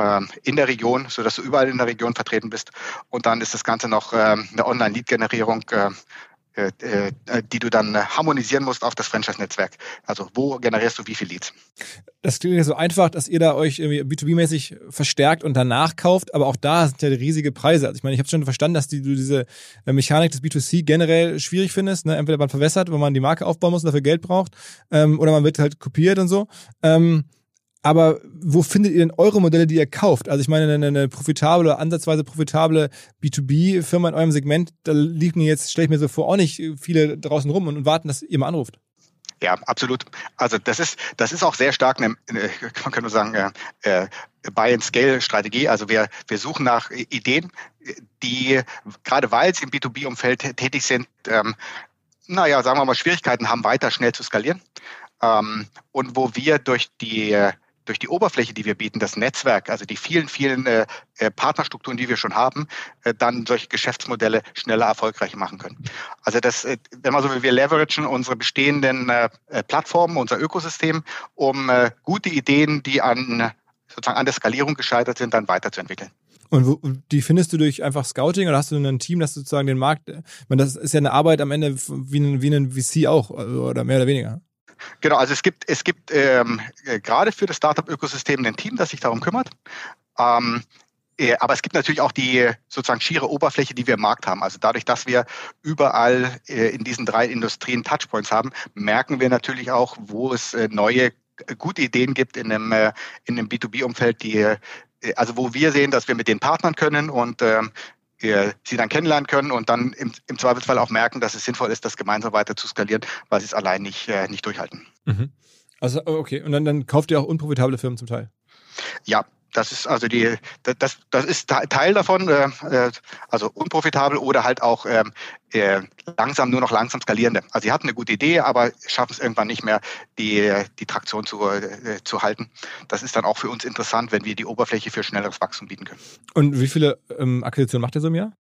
Speaker 2: in der Region, sodass du überall in der Region vertreten bist. Und dann ist das Ganze noch ähm, eine Online-Lead-Generierung, äh, äh, die du dann harmonisieren musst auf das Franchise-Netzwerk. Also wo generierst du wie viele Leads?
Speaker 1: Das klingt ja so einfach, dass ihr da euch irgendwie B zwei B-mäßig verstärkt und danach kauft, aber auch da sind ja riesige Preise. Also ich meine, ich habe schon verstanden, dass die, du diese Mechanik des B zwei C generell schwierig findest. Ne? Entweder man verwässert, wo man die Marke aufbauen muss und dafür Geld braucht, ähm, oder man wird halt kopiert und so. Ähm, Aber wo findet ihr denn eure Modelle, die ihr kauft? Also ich meine, eine, eine profitable oder ansatzweise profitable B zwei B-Firma in eurem Segment, da liegen jetzt, stelle ich mir so vor, auch nicht viele draußen rum und, und warten, dass ihr mal anruft.
Speaker 2: Ja, absolut. Also das ist das ist auch sehr stark eine, man kann nur sagen, äh, Buy-and-Scale-Strategie. Also wir wir suchen nach Ideen, die, gerade weil sie im B zwei B-Umfeld tätig sind, ähm, naja, sagen wir mal, Schwierigkeiten haben, weiter schnell zu skalieren. Ähm, und wo wir durch die durch die Oberfläche, die wir bieten, das Netzwerk, also die vielen, vielen äh, Partnerstrukturen, die wir schon haben, äh, dann solche Geschäftsmodelle schneller erfolgreich machen können. Also das, äh, wenn man so will, wir leveragen unsere bestehenden äh, Plattformen, unser Ökosystem, um äh, gute Ideen, die an sozusagen an der Skalierung gescheitert sind, dann weiterzuentwickeln.
Speaker 1: Und wo, die findest du durch einfach Scouting oder hast du ein Team, das sozusagen den Markt, ich meine, das ist ja eine Arbeit am Ende wie ein, wie ein V C auch, oder mehr oder weniger?
Speaker 2: Genau, also es gibt, es gibt ähm, gerade für das Startup-Ökosystem ein Team, das sich darum kümmert. Ähm, äh, aber es gibt natürlich auch die sozusagen schiere Oberfläche, die wir im Markt haben. Also dadurch, dass wir überall äh, in diesen drei Industrien Touchpoints haben, merken wir natürlich auch, wo es äh, neue, gute Ideen gibt in einem, äh, in einem B zwei B-Umfeld, die, äh, also wo wir sehen, dass wir mit denen partnern können und äh, sie dann kennenlernen können und dann im, im Zweifelsfall auch merken, dass es sinnvoll ist, das gemeinsam weiter zu skalieren, weil sie es allein nicht, äh, nicht durchhalten.
Speaker 1: Mhm. Also okay, und dann, dann kauft ihr auch unprofitable Firmen zum Teil? Ja,
Speaker 2: das ist also die, das, das ist Teil davon, äh, also unprofitabel oder halt auch äh, langsam, nur noch langsam skalierende. Also sie hatten eine gute Idee, aber schaffen es irgendwann nicht mehr, die, die Traktion zu, äh, zu halten. Das ist dann auch für uns interessant, wenn wir die Oberfläche für schnelleres Wachstum bieten können.
Speaker 1: Und wie viele ähm, Akquisitionen macht ihr so im Jahr?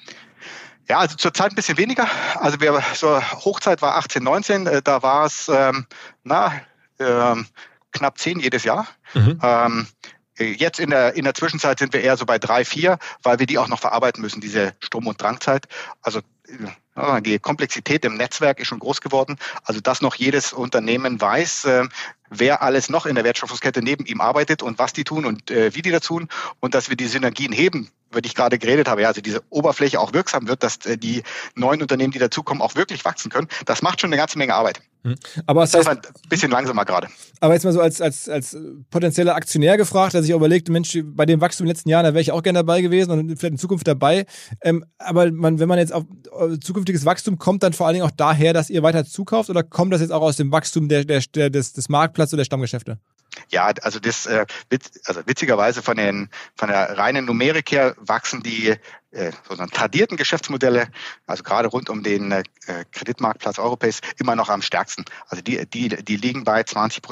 Speaker 2: Ja, also zurzeit ein bisschen weniger. Also wir, so Hochzeit war achtzehn, neunzehn, äh, da war es ähm, na, ähm, knapp zehn jedes Jahr. Mhm. Ähm, Jetzt in der, in der Zwischenzeit sind wir eher so bei drei, vier, weil wir die auch noch verarbeiten müssen, diese Sturm- und Drangzeit. Also die Komplexität im Netzwerk ist schon groß geworden. Also dass noch jedes Unternehmen weiß, äh, wer alles noch in der Wertschöpfungskette neben ihm arbeitet und was die tun und äh, wie die das tun. Und dass wir die Synergien heben, über die ich gerade geredet habe, ja, also diese Oberfläche auch wirksam wird, dass äh, die neuen Unternehmen, die dazukommen, auch wirklich wachsen können. Das macht schon eine ganze Menge Arbeit.
Speaker 1: Aber das heißt,
Speaker 2: das ist ein bisschen langsamer gerade.
Speaker 1: Aber jetzt mal so als, als, als potenzieller Aktionär gefragt, der sich auch überlegt, Mensch, bei dem Wachstum in den letzten Jahren, da wäre ich auch gerne dabei gewesen und vielleicht in Zukunft dabei. Ähm, aber man, wenn man jetzt auf zukünftiges Wachstum kommt, dann vor allen Dingen auch daher, dass ihr weiter zukauft, oder kommt das jetzt auch aus dem Wachstum der, der, der, des, des Marktplatzes oder der Stammgeschäfte?
Speaker 2: Ja, also das, äh, witz, also witzigerweise von den von der reinen Numerik her wachsen die äh, sozusagen tradierten Geschäftsmodelle, also gerade rund um den äh, Kreditmarktplatz Europace, immer noch am stärksten. Also die die die liegen bei zwanzig Prozent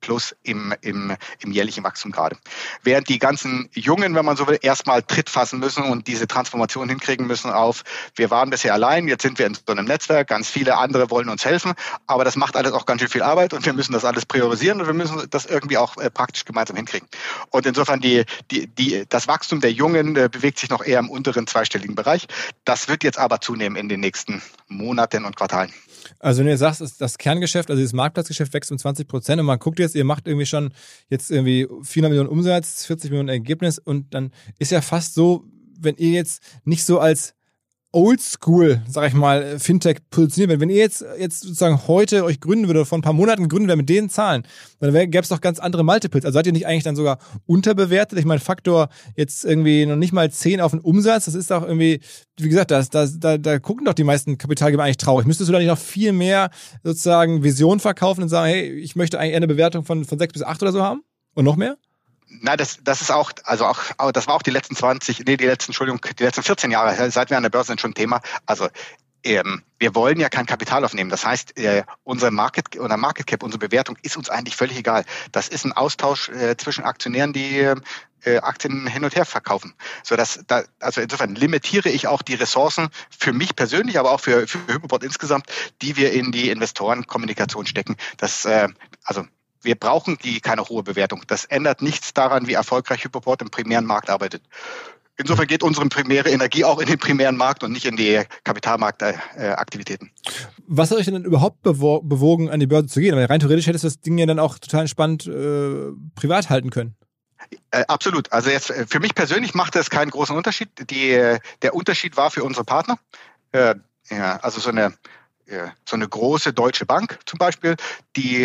Speaker 2: plus im, im, im jährlichen Wachstum gerade. Während die ganzen Jungen, wenn man so will, erstmal Tritt fassen müssen und diese Transformation hinkriegen müssen auf, wir waren bisher allein, jetzt sind wir in so einem Netzwerk, ganz viele andere wollen uns helfen, aber das macht alles auch ganz schön viel Arbeit und wir müssen das alles priorisieren und wir müssen das irgendwie auch äh, praktisch gemeinsam hinkriegen. Und insofern die, die, die, das Wachstum der Jungen äh, bewegt sich noch eher im unteren zweistelligen Bereich. Das wird jetzt aber zunehmen in den nächsten Monaten und Quartalen.
Speaker 1: Also wenn du jetzt sagst, das Kerngeschäft, also das Marktplatzgeschäft wächst um zwanzig Prozent und man guckt jetzt, ihr macht irgendwie schon jetzt irgendwie vierhundert Millionen Umsatz, vierzig Millionen Ergebnis und dann ist ja fast so, wenn ihr jetzt nicht so als Oldschool, sag ich mal, Fintech positioniert werdet, wenn ihr jetzt, jetzt sozusagen heute euch gründen würdet oder vor ein paar Monaten gründen würdet mit den Zahlen, dann gäbe es doch ganz andere Multiples. Also seid ihr nicht eigentlich dann sogar unterbewertet? Ich meine, Faktor jetzt irgendwie noch nicht mal zehn auf den Umsatz, das ist doch irgendwie, wie gesagt, das, das, da, da gucken doch die meisten Kapitalgeber eigentlich traurig. Müsstest du da nicht noch viel mehr sozusagen Vision verkaufen und sagen, hey, ich möchte eigentlich eher eine Bewertung von, von sechs bis acht oder so haben? Und noch mehr?
Speaker 2: Na, das, das ist auch, also auch, das war auch die letzten zwanzig, nee, die letzten, Entschuldigung, die letzten vierzehn Jahre, seit wir an der Börse sind, schon Thema. Also, ähm, wir wollen ja kein Kapital aufnehmen. Das heißt, äh, unsere Market, oder Market Cap, unsere Bewertung ist uns eigentlich völlig egal. Das ist ein Austausch äh, zwischen Aktionären, die äh, Aktien hin und her verkaufen. So dass, da, also insofern limitiere ich auch die Ressourcen für mich persönlich, aber auch für, für Hypoport insgesamt, die wir in die Investorenkommunikation stecken. Das, äh, also, wir brauchen die keine hohe Bewertung. Das ändert nichts daran, wie erfolgreich Hypoport im primären Markt arbeitet. Insofern geht unsere primäre Energie auch in den primären Markt und nicht in die Kapitalmarktaktivitäten.
Speaker 1: Was hat euch denn überhaupt bewo- bewogen, an die Börse zu gehen? Weil rein theoretisch hättest du das Ding ja dann auch total entspannt äh, privat halten können.
Speaker 2: Äh, absolut. Also jetzt für mich persönlich machte es keinen großen Unterschied. Die, der Unterschied war für unsere Partner. Äh, ja, also so eine so eine große deutsche Bank zum Beispiel, die,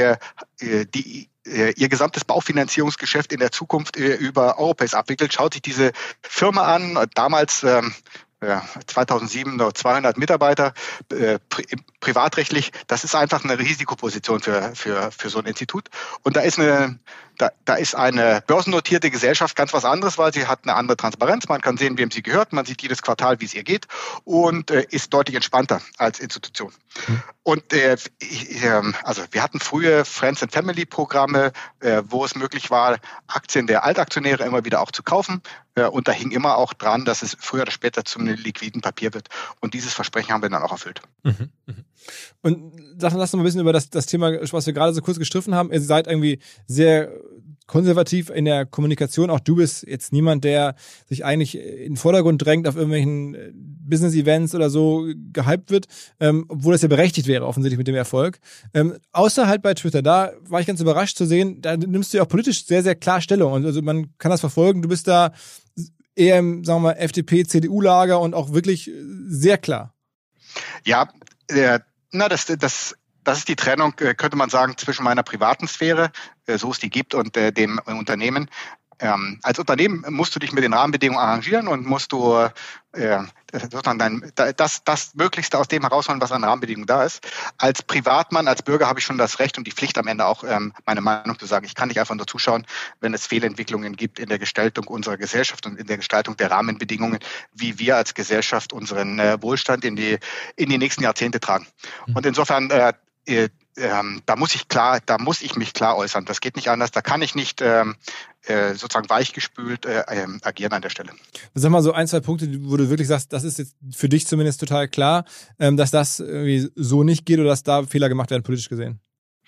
Speaker 2: die ihr gesamtes Baufinanzierungsgeschäft in der Zukunft über Europace abwickelt, schaut sich diese Firma an, damals zweitausendsieben noch zweihundert Mitarbeiter, äh, pri- privatrechtlich, das ist einfach eine Risikoposition für, für, für so ein Institut. Und da ist eine, da, da ist eine börsennotierte Gesellschaft ganz was anderes, weil sie hat eine andere Transparenz. Man kann sehen, wem sie gehört, man sieht jedes Quartal, wie es ihr geht und äh, ist deutlich entspannter als Institution. Mhm. Und äh, ich, äh, also wir hatten frühe Friends and Family Programme, äh, wo es möglich war, Aktien der Altaktionäre immer wieder auch zu kaufen. Äh, und da hing immer auch dran, dass es früher oder später zum liquiden Papier wird. Und dieses Versprechen haben wir dann auch erfüllt.
Speaker 1: Mhm. Und sag, lass uns mal ein bisschen über das, das Thema, was wir gerade so kurz gestriffen haben. Ihr seid irgendwie sehr konservativ in der Kommunikation. Auch du bist jetzt niemand, der sich eigentlich in den Vordergrund drängt, auf irgendwelchen Business-Events oder so gehypt wird, ähm, obwohl das ja berechtigt wäre, offensichtlich mit dem Erfolg. Ähm, außer halt bei Twitter, da war ich ganz überrascht zu sehen, da nimmst du ja auch politisch sehr, sehr klar Stellung. Und also man kann das verfolgen. Du bist da eher im, sagen wir mal, F D P-C D U-Lager und auch wirklich sehr klar.
Speaker 2: Ja, äh, na, das, das, das ist die Trennung, äh, könnte man sagen, zwischen meiner privaten Sphäre, äh, so es die gibt, und äh, dem äh, Unternehmen. Ähm, als Unternehmen musst du dich mit den Rahmenbedingungen arrangieren und musst du äh, sozusagen dein, das, das Möglichste aus dem herausholen, was an Rahmenbedingungen da ist. Als Privatmann, als Bürger habe ich schon das Recht und die Pflicht am Ende auch, ähm, meine Meinung zu sagen. Ich kann nicht einfach nur zuschauen, wenn es Fehlentwicklungen gibt in der Gestaltung unserer Gesellschaft und in der Gestaltung der Rahmenbedingungen, wie wir als Gesellschaft unseren äh, Wohlstand in die, in die nächsten Jahrzehnte tragen. Und insofern äh, äh, Ähm, da muss ich klar, da muss ich mich klar äußern. Das geht nicht anders. Da kann ich nicht ähm, äh, sozusagen weichgespült äh, äh, agieren an der Stelle.
Speaker 1: Sag mal so ein, zwei Punkte, wo du wirklich sagst, das ist jetzt für dich zumindest total klar, ähm, dass das irgendwie so nicht geht oder dass da Fehler gemacht werden, politisch gesehen.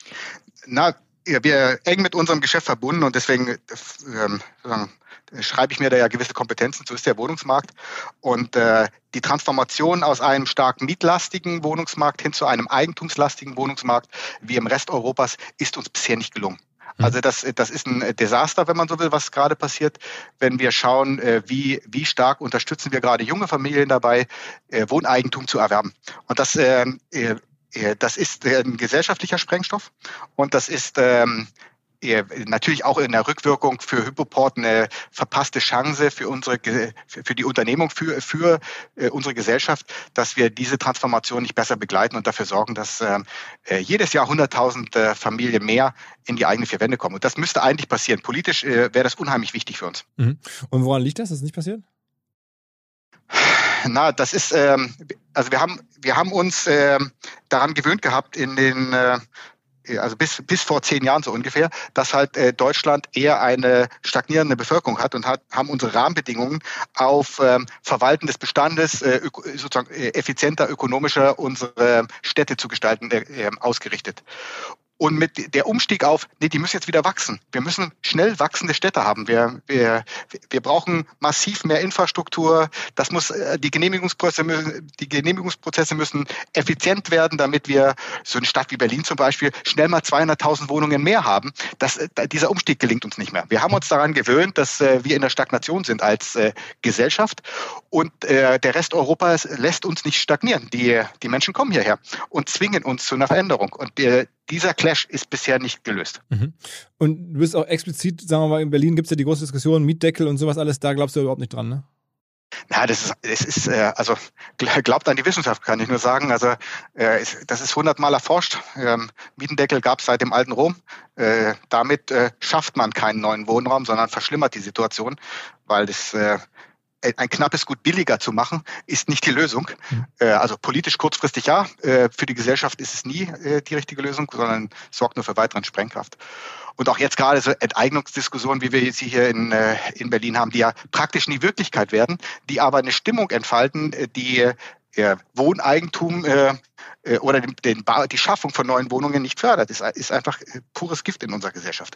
Speaker 2: Na, wir eng mit unserem Geschäft verbunden und deswegen ähm, sozusagen schreibe ich mir da ja gewisse Kompetenzen, so ist der Wohnungsmarkt. Und äh, die Transformation aus einem stark mietlastigen Wohnungsmarkt hin zu einem eigentumslastigen Wohnungsmarkt wie im Rest Europas ist uns bisher nicht gelungen. Also das, das ist ein Desaster, wenn man so will, was gerade passiert. Wenn wir schauen, wie, wie stark unterstützen wir gerade junge Familien dabei, Wohneigentum zu erwerben. Und das, äh, das ist ein gesellschaftlicher Sprengstoff und das ist ähm, natürlich auch in der Rückwirkung für Hypoport eine verpasste Chance für unsere, für die Unternehmung, für, für unsere Gesellschaft, dass wir diese Transformation nicht besser begleiten und dafür sorgen, dass äh, jedes Jahr hunderttausend äh, Familien mehr in die eigenen vier Wände kommen. Und das müsste eigentlich passieren. Politisch äh, wäre das unheimlich wichtig für uns.
Speaker 1: Mhm. Und woran liegt das, dass es nicht passiert?
Speaker 2: Na, das ist, ähm, also wir haben, wir haben uns äh, daran gewöhnt gehabt in den äh, also bis, bis vor zehn Jahren so ungefähr, dass halt äh, Deutschland eher eine stagnierende Bevölkerung hat und hat, haben unsere Rahmenbedingungen auf ähm, Verwalten des Bestandes, äh, öko, sozusagen äh, effizienter, ökonomischer unsere Städte zu gestalten, äh, ausgerichtet. Und mit der Umstieg auf, nee, die müssen jetzt wieder wachsen. Wir müssen schnell wachsende Städte haben. Wir, wir, wir brauchen massiv mehr Infrastruktur. Das muss, die Genehmigungsprozesse müssen, die Genehmigungsprozesse müssen effizient werden, damit wir so eine Stadt wie Berlin zum Beispiel schnell mal zweihunderttausend Wohnungen mehr haben. Das, dieser Umstieg gelingt uns nicht mehr. Wir haben uns daran gewöhnt, dass wir in der Stagnation sind als Gesellschaft und der Rest Europas lässt uns nicht stagnieren. Die, die Menschen kommen hierher und zwingen uns zu einer Veränderung. Und der, Dieser Clash ist bisher nicht gelöst.
Speaker 1: Mhm. Und du bist auch explizit, sagen wir mal, in Berlin gibt es ja die große Diskussion, Mietdeckel und sowas alles, da glaubst du überhaupt nicht dran, ne?
Speaker 2: Na, das ist, es ist, äh, also glaubt an die Wissenschaft, kann ich nur sagen. Also äh, das ist hundertmal erforscht. Ähm, Mietendeckel gab es seit dem alten Rom. Äh, damit äh, schafft man keinen neuen Wohnraum, sondern verschlimmert die Situation, weil das äh, ein knappes Gut billiger zu machen, ist nicht die Lösung. Mhm. Äh, also politisch kurzfristig ja, äh, für die Gesellschaft ist es nie äh, die richtige Lösung, sondern sorgt nur für weiteren Sprengkraft. Und auch jetzt gerade so Enteignungsdiskussionen, wie wir sie hier in, äh, in Berlin haben, die ja praktisch nie Wirklichkeit werden, die aber eine Stimmung entfalten, die äh, Wohneigentum äh, oder den, den ba- die Schaffung von neuen Wohnungen nicht fördert. Das ist, ist einfach äh, pures Gift in unserer Gesellschaft.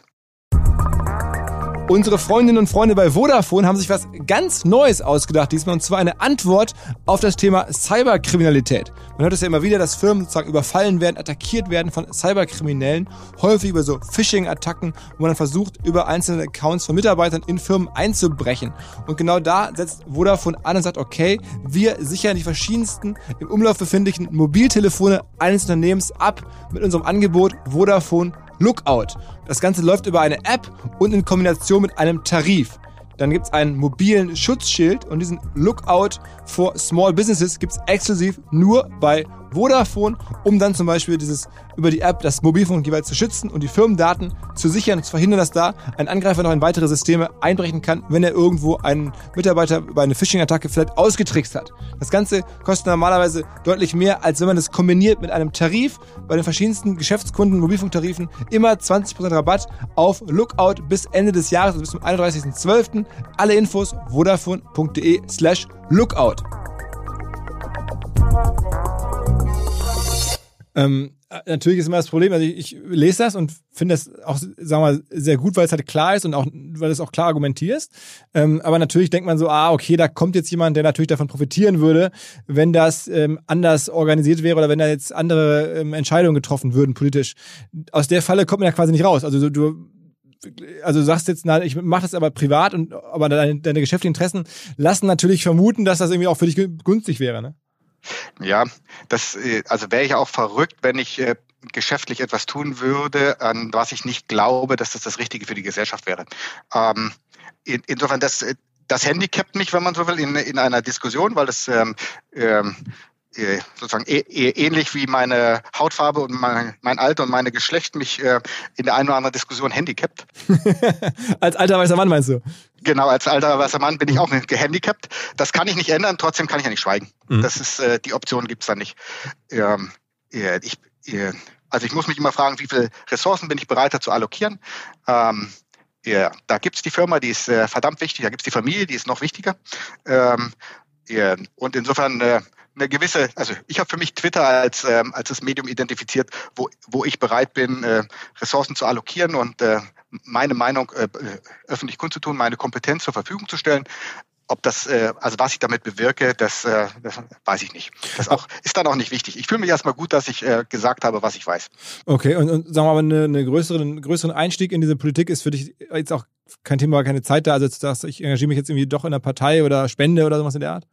Speaker 1: Unsere Freundinnen und Freunde bei Vodafone haben sich was ganz Neues ausgedacht diesmal, und zwar eine Antwort auf das Thema Cyberkriminalität. Man hört es ja immer wieder, dass Firmen sozusagen überfallen werden, attackiert werden von Cyberkriminellen, häufig über so Phishing-Attacken, wo man dann versucht, über einzelne Accounts von Mitarbeitern in Firmen einzubrechen. Und genau da setzt Vodafone an und sagt, okay, wir sichern die verschiedensten im Umlauf befindlichen Mobiltelefone eines Unternehmens ab mit unserem Angebot Vodafone Lookout. Das Ganze läuft über eine App und in Kombination mit einem Tarif. Dann gibt es einen mobilen Schutzschild und diesen Lookout for Small Businesses gibt es exklusiv nur bei Vodafone, um dann zum Beispiel dieses über die App das Mobilfunk jeweils zu schützen und die Firmendaten zu sichern und zu verhindern, dass da ein Angreifer noch in weitere Systeme einbrechen kann, wenn er irgendwo einen Mitarbeiter über eine Phishing-Attacke vielleicht ausgetrickst hat. Das Ganze kostet normalerweise deutlich mehr, als wenn man das kombiniert mit einem Tarif. Bei den verschiedensten Geschäftskunden, Mobilfunktarifen immer zwanzig Prozent Rabatt auf Lookout bis Ende des Jahres, also bis zum einunddreißigsten zwölften Alle Infos vodafone.de slash Lookout. Ähm, natürlich ist immer das Problem, also ich, ich lese das und finde das auch, sagen wir mal, sehr gut, weil es halt klar ist und auch, weil du es auch klar argumentierst. Ähm, aber natürlich denkt man so, ah, okay, da kommt jetzt jemand, der natürlich davon profitieren würde, wenn das ähm, anders organisiert wäre oder wenn da jetzt andere ähm, Entscheidungen getroffen würden politisch. Aus der Falle kommt man ja quasi nicht raus. Also du, du Also du sagst jetzt, na, ich mache das aber privat, und aber deine, deine geschäftlichen Interessen lassen natürlich vermuten, dass das irgendwie auch für dich günstig wäre, ne?
Speaker 2: Ja, das, also wäre ich auch verrückt, wenn ich äh, geschäftlich etwas tun würde, an was ich nicht glaube, dass das das Richtige für die Gesellschaft wäre. Ähm, in, insofern, das, das handicapt mich, wenn man so will, in, in einer Diskussion, weil das ähm, ähm, sozusagen ähnlich wie meine Hautfarbe und mein, mein Alter und meine Geschlecht mich äh, in der einen oder anderen Diskussion handicapt.
Speaker 1: Als alter weißer Mann meinst du?
Speaker 2: Genau, als alter weißer Mann bin ich auch gehandicapt. Das kann ich nicht ändern, trotzdem kann ich ja nicht schweigen. Mhm. Das ist, äh, die Option gibt's da nicht. Ähm, ich, also ich muss mich immer fragen, wie viele Ressourcen bin ich bereit zu allokieren? Ähm, ja, da gibt's die Firma, die ist äh, verdammt wichtig, da gibt's die Familie, die ist noch wichtiger. Ähm, ja, und insofern äh, eine gewisse, also ich habe für mich Twitter als ähm, als das Medium identifiziert, wo wo ich bereit bin, äh, Ressourcen zu allokieren und äh, meine Meinung äh, öffentlich kundzutun, meine Kompetenz zur Verfügung zu stellen. Ob das, äh, also was ich damit bewirke, das, äh, das weiß ich nicht. Das auch, ist dann auch nicht wichtig. Ich fühle mich erstmal gut, dass ich äh, gesagt habe, was ich weiß.
Speaker 1: Okay, und, und sagen wir mal, eine, eine größere, einen größeren Einstieg in diese Politik ist für dich jetzt auch kein Thema, keine Zeit da, also jetzt sagst, ich engagiere mich jetzt irgendwie doch in einer Partei oder Spende oder sowas in der Art?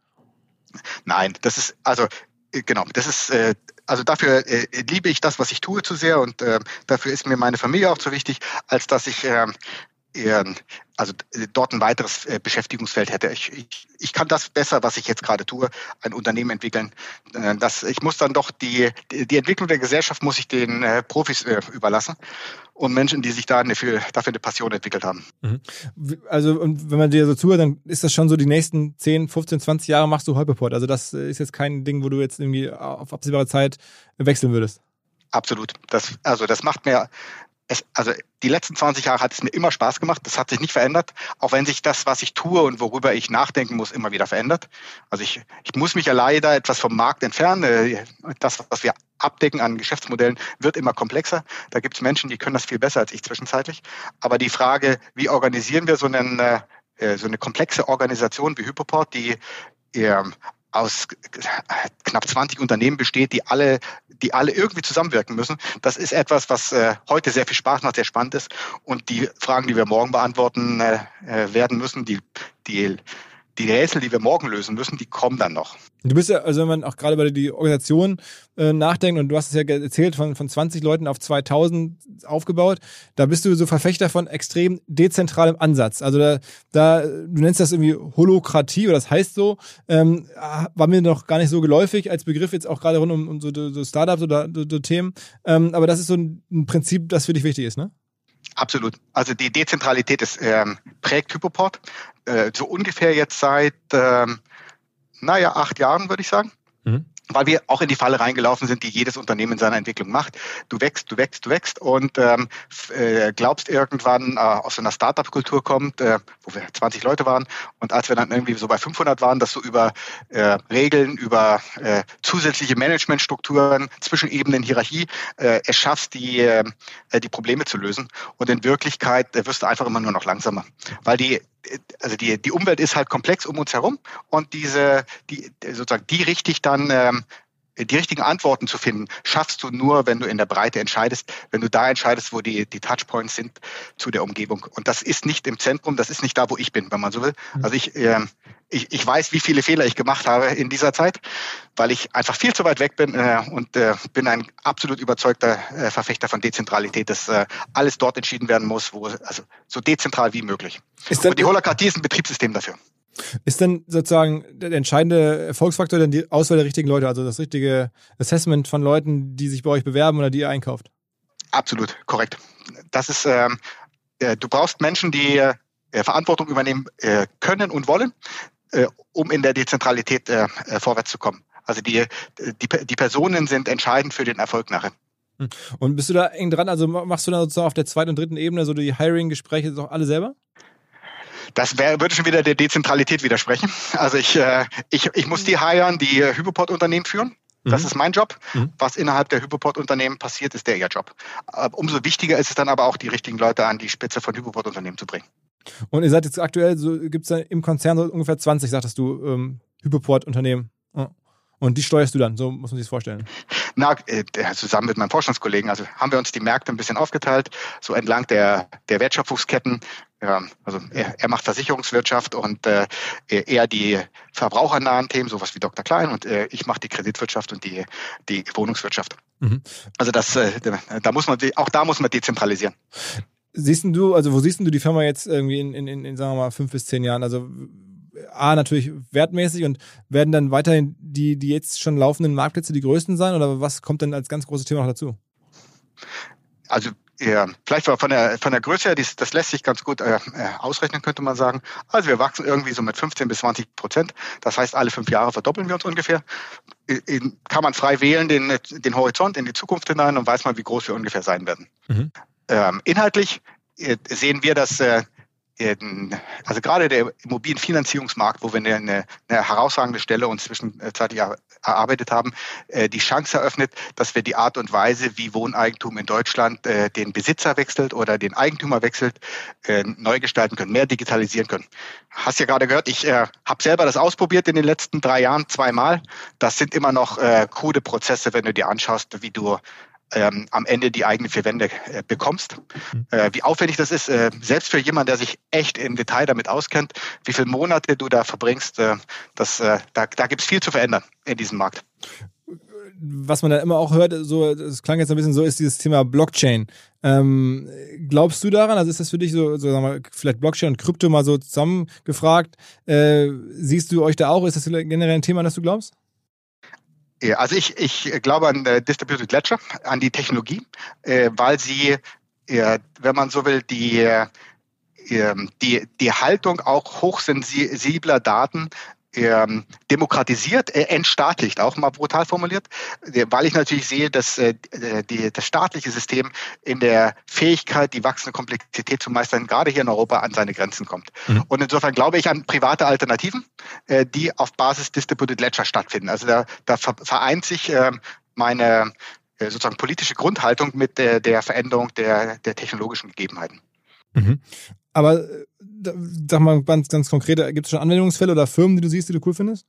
Speaker 2: Nein, das ist, also genau, das ist, äh, also dafür äh, liebe ich das, was ich tue, zu sehr, und äh, dafür ist mir meine Familie auch zu wichtig, als dass ich äh, eher, also dort ein weiteres äh, Beschäftigungsfeld hätte. Ich, ich, ich kann das besser, was ich jetzt gerade tue, ein Unternehmen entwickeln. Äh, das, ich muss dann doch die, die Entwicklung der Gesellschaft muss ich den äh, Profis äh, überlassen und Menschen, die sich da eine, für, dafür eine Passion entwickelt haben.
Speaker 1: Also, und wenn man dir so zuhört, dann ist das schon so, die nächsten zehn, fünfzehn, zwanzig Jahre machst du Hyperport. Also das ist jetzt kein Ding, wo du jetzt irgendwie auf absehbare Zeit wechseln würdest.
Speaker 2: Absolut. Das, also das macht mir, es, also die letzten zwanzig Jahre hat es mir immer Spaß gemacht. Das hat sich nicht verändert, auch wenn sich das, was ich tue und worüber ich nachdenken muss, immer wieder verändert. Also ich, ich muss mich ja leider etwas vom Markt entfernen. Das, was wir abdecken an Geschäftsmodellen, wird immer komplexer. Da gibt es Menschen, die können das viel besser als ich zwischenzeitlich. Aber die Frage, wie organisieren wir so, einen, äh, so eine komplexe Organisation wie Hypoport, die äh, aus knapp zwanzig Unternehmen besteht, die alle, die alle irgendwie zusammenwirken müssen. Das ist etwas, was äh, heute sehr viel Spaß macht, sehr spannend ist. Und die Fragen, die wir morgen beantworten äh, werden müssen, die, die, die Rätsel, die wir morgen lösen müssen, die kommen dann noch.
Speaker 1: Du bist ja, also wenn man auch gerade bei die Organisation äh, nachdenkt, und du hast es ja erzählt, von, von zwanzig Leuten auf zweitausend aufgebaut, da bist du so Verfechter von extrem dezentralem Ansatz. Also da, da du nennst das irgendwie Holokratie, oder das heißt so, ähm, war mir noch gar nicht so geläufig als Begriff, jetzt auch gerade rund um, um so, so Startups oder so, so Themen. Ähm, aber das ist so ein, ein Prinzip, das für dich wichtig ist, ne?
Speaker 2: Absolut. Also die Dezentralität ist, ähm, prägt Hypoport äh, so ungefähr jetzt seit, ähm, naja, acht Jahren, würde ich sagen. Mhm. Weil wir auch in die Falle reingelaufen sind, die jedes Unternehmen in seiner Entwicklung macht. Du wächst, du wächst, du wächst und ähm, äh, glaubst irgendwann äh, aus so einer Startup-Kultur kommt, äh, wo wir zwanzig Leute waren, und als wir dann irgendwie so bei fünfhundert waren, dass du über äh, Regeln, über äh, zusätzliche Managementstrukturen, Zwischenebenen, Hierarchie äh, es schaffst, die, äh, die Probleme zu lösen. Und in Wirklichkeit äh, wirst du einfach immer nur noch langsamer. Weil die Also die, die Umwelt ist halt komplex um uns herum, und diese, die, sozusagen die richtig dann, ähm, die richtigen Antworten zu finden, schaffst du nur, wenn du in der Breite entscheidest, wenn du da entscheidest, wo die, die Touchpoints sind zu der Umgebung. Und das ist nicht im Zentrum, das ist nicht da, wo ich bin, wenn man so will. Also ich, äh, ich, ich weiß, wie viele Fehler ich gemacht habe in dieser Zeit, weil ich einfach viel zu weit weg bin äh, und äh, bin ein absolut überzeugter äh, Verfechter von Dezentralität, dass äh, alles dort entschieden werden muss, wo, also so dezentral wie möglich.
Speaker 1: Ist das,
Speaker 2: und die Holokratie ist ein Betriebssystem dafür.
Speaker 1: Ist dann sozusagen der entscheidende Erfolgsfaktor dann die Auswahl der richtigen Leute, also das richtige Assessment von Leuten, die sich bei euch bewerben oder die ihr einkauft?
Speaker 2: Absolut, korrekt. Das ist, ähm, äh, du brauchst Menschen, die äh, Verantwortung übernehmen äh, können und wollen, äh, um in der Dezentralität äh, äh, vorwärts zu kommen. Also die, die, die Personen sind entscheidend für den Erfolg nachher.
Speaker 1: Und bist du da eng dran? Also machst du dann sozusagen auf der zweiten und dritten Ebene so die Hiring-Gespräche auch alle selber?
Speaker 2: Das wär, würde schon wieder der Dezentralität widersprechen. Also ich, äh, ich, ich muss die hiren, die Hypoport-Unternehmen führen. Das mhm. ist mein Job. Mhm. Was innerhalb der Hypoport-Unternehmen passiert, ist der ihr Job. Umso wichtiger ist es dann aber auch, die richtigen Leute an die Spitze von Hypoport-Unternehmen zu bringen.
Speaker 1: Und ihr seid jetzt aktuell, so gibt es da im Konzern so ungefähr zwanzig, sagtest du, ähm, Hypoport-Unternehmen. Oh. Und die steuerst du dann, so muss man sich das vorstellen.
Speaker 2: Na, äh, zusammen mit meinem Vorstandskollegen, also haben wir uns die Märkte ein bisschen aufgeteilt, so entlang der, der Wertschöpfungsketten. Ja, also er, er macht Versicherungswirtschaft und äh, er die verbrauchernahen Themen, sowas wie Doktor Klein, und äh, ich mache die Kreditwirtschaft und die, die Wohnungswirtschaft. Mhm. Also das, äh, da muss man, auch da muss man dezentralisieren.
Speaker 1: Siehst du, also wo siehst du die Firma jetzt irgendwie in, in, in, in sagen wir mal, fünf bis zehn Jahren? Also A, natürlich wertmäßig, und werden dann weiterhin die, die jetzt schon laufenden Marktplätze die größten sein, oder was kommt denn als ganz großes Thema noch dazu?
Speaker 2: Also ja, vielleicht von der, von der Größe her, das, das lässt sich ganz gut äh, ausrechnen, könnte man sagen. Also wir wachsen irgendwie so mit fünfzehn bis zwanzig Prozent. Das heißt, alle fünf Jahre verdoppeln wir uns ungefähr. In, kann man frei wählen den, den Horizont in die Zukunft hinein und weiß mal, wie groß wir ungefähr sein werden. Mhm. Ähm, inhaltlich äh, sehen wir, dass äh, also gerade der Immobilienfinanzierungsmarkt, wo wir eine, eine herausragende Stelle uns zwischenzeitlich erarbeitet haben, die Chance eröffnet, dass wir die Art und Weise, wie Wohneigentum in Deutschland den Besitzer wechselt oder den Eigentümer wechselt, neu gestalten können, mehr digitalisieren können. Hast ja gerade gehört, ich äh, habe selber das ausprobiert in den letzten drei Jahren zweimal. Das sind immer noch äh, krude Prozesse, wenn du dir anschaust, wie du Ähm, am Ende die eigenen vier Wände äh, bekommst. Mhm. Äh, wie aufwendig das ist, äh, selbst für jemanden, der sich echt im Detail damit auskennt, wie viele Monate du da verbringst, äh, das, äh, da, da gibt es viel zu verändern in diesem Markt.
Speaker 1: Was man da immer auch hört, so, das klang jetzt ein bisschen so, ist dieses Thema Blockchain. Ähm, glaubst du daran? Also ist das für dich so, so sagen wir, vielleicht Blockchain und Krypto mal so zusammengefragt? Äh, siehst du euch da auch? Ist das generell ein Thema, an das du glaubst?
Speaker 2: Ja, also ich, ich glaube an äh, Distributed Ledger, an die Technologie, äh, weil sie, äh, wenn man so will, die, äh, die, die Haltung auch hochsensibler Daten ähm, demokratisiert, äh, entstaatlicht, auch mal brutal formuliert, äh, weil ich natürlich sehe, dass äh, die, das staatliche System in der Fähigkeit, die wachsende Komplexität zu meistern, gerade hier in Europa an seine Grenzen kommt. Mhm. Und insofern glaube ich an private Alternativen, äh, die auf Basis Distributed Ledger stattfinden. Also da, da vereint sich äh, meine äh, sozusagen politische Grundhaltung mit der, der Veränderung der, der technologischen Gegebenheiten.
Speaker 1: Mhm. Aber sag mal ganz, ganz konkret, gibt es schon Anwendungsfälle oder Firmen, die du siehst, die du cool findest?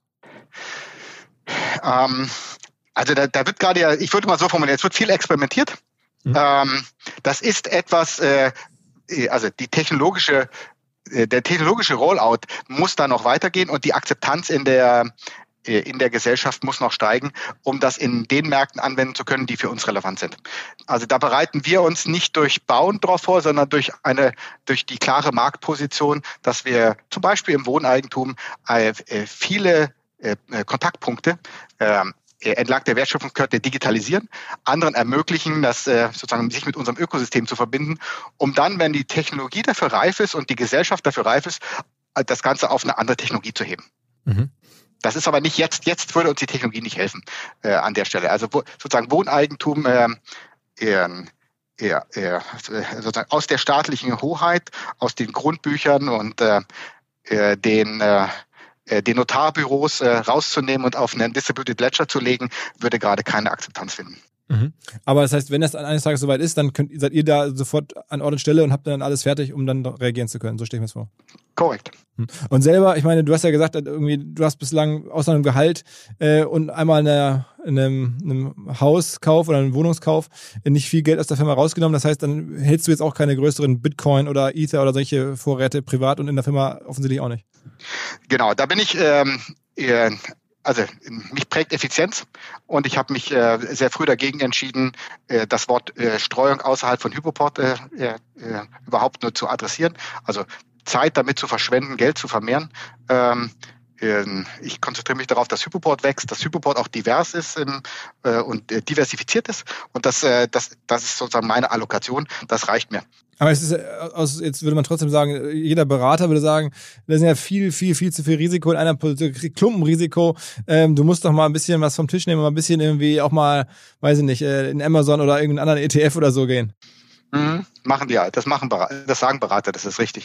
Speaker 2: Ähm, also da, da wird gerade ja, ich würde mal so formulieren, es wird viel experimentiert. Mhm. Ähm, das ist etwas, äh, also die technologische, äh, der technologische Rollout muss da noch weitergehen und die Akzeptanz in der in der Gesellschaft muss noch steigen, um das in den Märkten anwenden zu können, die für uns relevant sind. Also da bereiten wir uns nicht durch Bauen drauf vor, sondern durch eine, durch die klare Marktposition, dass wir zum Beispiel im Wohneigentum äh, viele äh, Kontaktpunkte äh, entlang der Wertschöpfungskette digitalisieren, anderen ermöglichen, das äh, sozusagen sich mit unserem Ökosystem zu verbinden, um dann, wenn die Technologie dafür reif ist und die Gesellschaft dafür reif ist, das Ganze auf eine andere Technologie zu heben. Mhm. Das ist aber nicht jetzt, jetzt würde uns die Technologie nicht helfen äh, an der Stelle. Also wo, sozusagen Wohneigentum äh, äh, äh, äh, sozusagen aus der staatlichen Hoheit, aus den Grundbüchern und äh, äh, den, äh, den Notarbüros äh, rauszunehmen und auf einen Distributed Ledger zu legen, würde gerade keine Akzeptanz finden.
Speaker 1: Mhm. Aber das heißt, wenn das eines Tages soweit ist, dann könnt, seid ihr da sofort an Ort und Stelle und habt dann alles fertig, um dann reagieren zu können. So stelle ich mir das vor.
Speaker 2: Korrekt.
Speaker 1: Und selber, ich meine, du hast ja gesagt, irgendwie, du hast bislang außer einem Gehalt äh, und einmal in, einer, in einem, einem Hauskauf oder einem Wohnungskauf nicht viel Geld aus der Firma rausgenommen. Das heißt, dann hältst du jetzt auch keine größeren Bitcoin oder Ether oder solche Vorräte privat und in der Firma offensichtlich auch nicht.
Speaker 2: Genau, da bin ich ähm, eher Also mich prägt Effizienz und ich habe mich äh, sehr früh dagegen entschieden, äh, das Wort äh, Streuung außerhalb von Hypoport äh, äh, überhaupt nur zu adressieren. Also Zeit damit zu verschwenden, Geld zu vermehren. Ähm, äh, ich konzentriere mich darauf, dass Hypoport wächst, dass Hypoport auch divers ist im, äh, und äh, diversifiziert ist. Und das, äh, das, das ist sozusagen meine Allokation. Das reicht mir.
Speaker 1: Aber es ist, aus, jetzt würde man trotzdem sagen, jeder Berater würde sagen, da ist ja viel, viel, viel zu viel Risiko in einer Klumpenrisiko. Ähm, du musst doch mal ein bisschen was vom Tisch nehmen, mal ein bisschen irgendwie auch mal, weiß ich nicht, in Amazon oder irgendeinen anderen E T F oder so gehen.
Speaker 2: Mhm, machen die ja, das machen Berater, das sagen Berater, das ist richtig.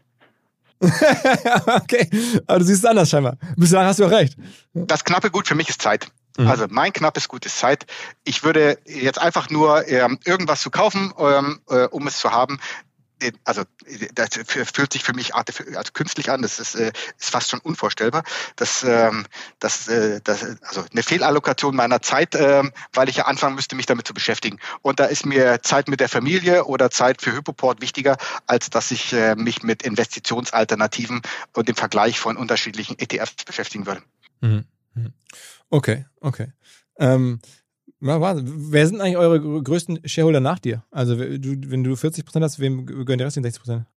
Speaker 1: Okay, aber du siehst es anders scheinbar. Bislang hast du auch recht.
Speaker 2: Das knappe Gut für mich ist Zeit. Mhm. Also mein knappes Gut ist Zeit. Ich würde jetzt einfach nur ähm, irgendwas zu kaufen, ähm, äh, um es zu haben. Also das fühlt sich für mich als künstlich an. Das ist, äh, ist fast schon unvorstellbar. Das, ähm, das, äh, das, also eine Fehlallokation meiner Zeit, äh, weil ich ja anfangen müsste, mich damit zu beschäftigen. Und da ist mir Zeit mit der Familie oder Zeit für Hypoport wichtiger, als dass ich äh, mich mit Investitionsalternativen und dem Vergleich von unterschiedlichen E T Fs beschäftigen würde.
Speaker 1: Mhm. Okay, okay. Ähm, ja, wer sind eigentlich eure größten Shareholder nach dir? Also du, wenn du vierzig Prozent hast, wem gehören die restlichen sechzig Prozent?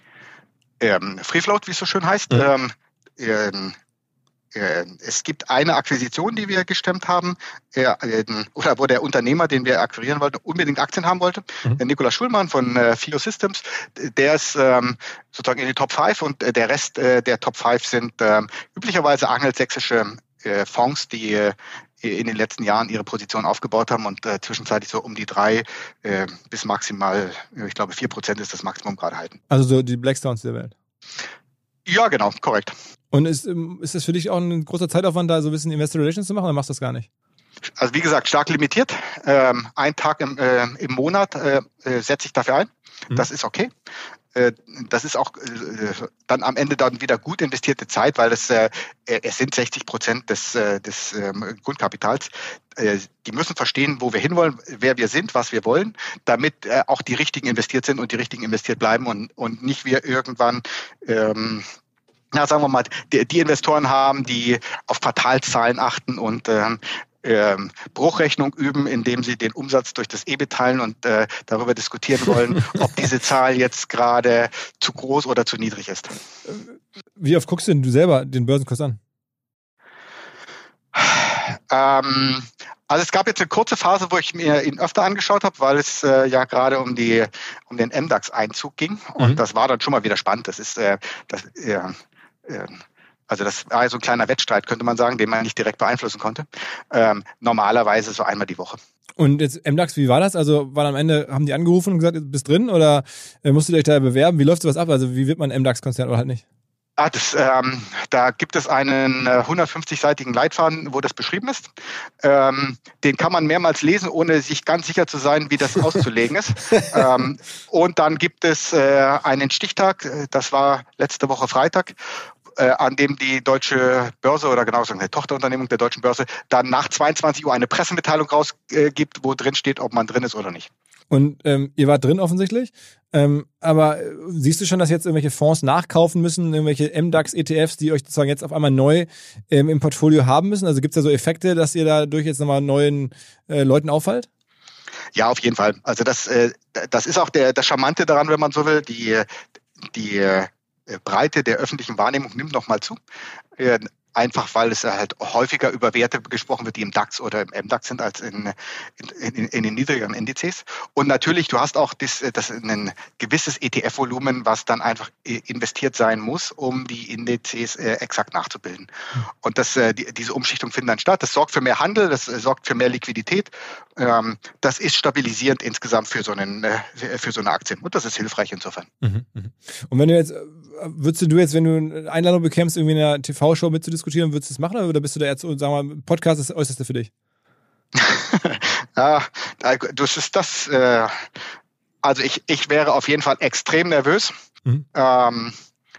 Speaker 2: Ähm, Free Float, wie es so schön heißt. Mhm. Ähm, ähm, äh, es gibt eine Akquisition, die wir gestemmt haben, äh, äh, oder wo der Unternehmer, den wir akquirieren wollten, unbedingt Aktien haben wollte. Mhm. Der Nikolaus Schulmann von äh, F I O Systems, der ist ähm, sozusagen in die Top fünf und äh, der Rest äh, der Top fünf sind äh, üblicherweise angelsächsische äh, Fonds, die äh, in den letzten Jahren ihre Position aufgebaut haben und äh, zwischenzeitlich so um die drei äh, bis maximal, ich glaube vier Prozent ist das Maximum gerade halten.
Speaker 1: Also so die Blackstones der Welt?
Speaker 2: Ja, genau, korrekt.
Speaker 1: Und ist, ist das für dich auch ein großer Zeitaufwand, da so ein bisschen Investor Relations zu machen, oder machst du das gar nicht?
Speaker 2: Also wie gesagt, stark limitiert. Ähm, ein Tag im, äh, im Monat äh, setze ich dafür ein. Mhm. Das ist okay. Äh, das ist auch äh, dann am Ende dann wieder gut investierte Zeit, weil es, äh, es sind sechzig Prozent des, äh, des äh, Grundkapitals. Äh, die müssen verstehen, wo wir hinwollen, wer wir sind, was wir wollen, damit äh, auch die Richtigen investiert sind und die Richtigen investiert bleiben und, und nicht wir irgendwann ähm, na, sagen wir mal, die, die Investoren haben, die auf Quartalszahlen achten und ähm, ähm, Bruchrechnung üben, indem sie den Umsatz durch das E B I T teilen und äh, darüber diskutieren wollen, ob diese Zahl jetzt gerade zu groß oder zu niedrig ist.
Speaker 1: Wie oft guckst du denn du selber den Börsenkurs an?
Speaker 2: Ähm, also es gab jetzt eine kurze Phase, wo ich mir ihn öfter angeschaut habe, weil es äh, ja gerade um die um den M DAX-Einzug ging und mhm. das war dann schon mal wieder spannend. Das ist äh, das äh, äh, Also das war so ein kleiner Wettstreit, könnte man sagen, den man nicht direkt beeinflussen konnte. Ähm, normalerweise so einmal die Woche.
Speaker 1: Und jetzt M DAX, wie war das? Also waren am Ende, haben die angerufen und gesagt, du bist drin oder äh, musstet ihr euch da bewerben? Wie läuft sowas ab? Also wie wird man M DAX-Konzern oder halt nicht?
Speaker 2: Ah, das, ähm, da gibt es einen äh, hundertfünfzig-seitigen Leitfaden, wo das beschrieben ist. Ähm, den kann man mehrmals lesen, ohne sich ganz sicher zu sein, wie das auszulegen ist. ähm, und dann gibt es äh, einen Stichtag, das war letzte Woche Freitag, äh, an dem die Deutsche Börse oder genau gesagt eine Tochterunternehmung der Deutschen Börse dann nach zweiundzwanzig Uhr eine Pressemitteilung rausgibt, äh, wo drin steht, ob man drin ist oder nicht.
Speaker 1: Und ähm, ihr wart drin offensichtlich, ähm, aber siehst du schon, dass jetzt irgendwelche Fonds nachkaufen müssen, irgendwelche M DAX-E T Fs, die euch sozusagen jetzt auf einmal neu ähm, im Portfolio haben müssen? Also gibt es da so Effekte, dass ihr dadurch jetzt nochmal neuen äh, Leuten auffallt?
Speaker 2: Ja, auf jeden Fall. Also das, äh, das ist auch der, das Charmante daran, wenn man so will. Die, die äh, Breite der öffentlichen Wahrnehmung nimmt nochmal zu. Äh, Einfach weil es halt häufiger über Werte gesprochen wird, die im DAX oder im M DAX sind, als in, in, in, in den niedrigeren Indizes. Und natürlich, du hast auch das, das ein gewisses E T F-Volumen, was dann einfach investiert sein muss, um die Indizes äh, exakt nachzubilden. Und das, äh, die, diese Umschichtung findet dann statt. Das sorgt für mehr Handel, das äh, sorgt für mehr Liquidität. Ähm, das ist stabilisierend insgesamt für so, einen, äh, für so eine Aktie. Und das ist hilfreich insofern.
Speaker 1: Mhm, mh. Und wenn du jetzt, würdest du jetzt, wenn du eine Einladung bekämst, irgendwie in einer T V-Show mitzudiskutieren, würdest du das machen oder bist du da jetzt so, sagen wir mal, Podcast ist das Äußerste für dich?
Speaker 2: Ja, das ist das, äh, also ich, ich wäre auf jeden Fall extrem nervös. Mhm. Ähm,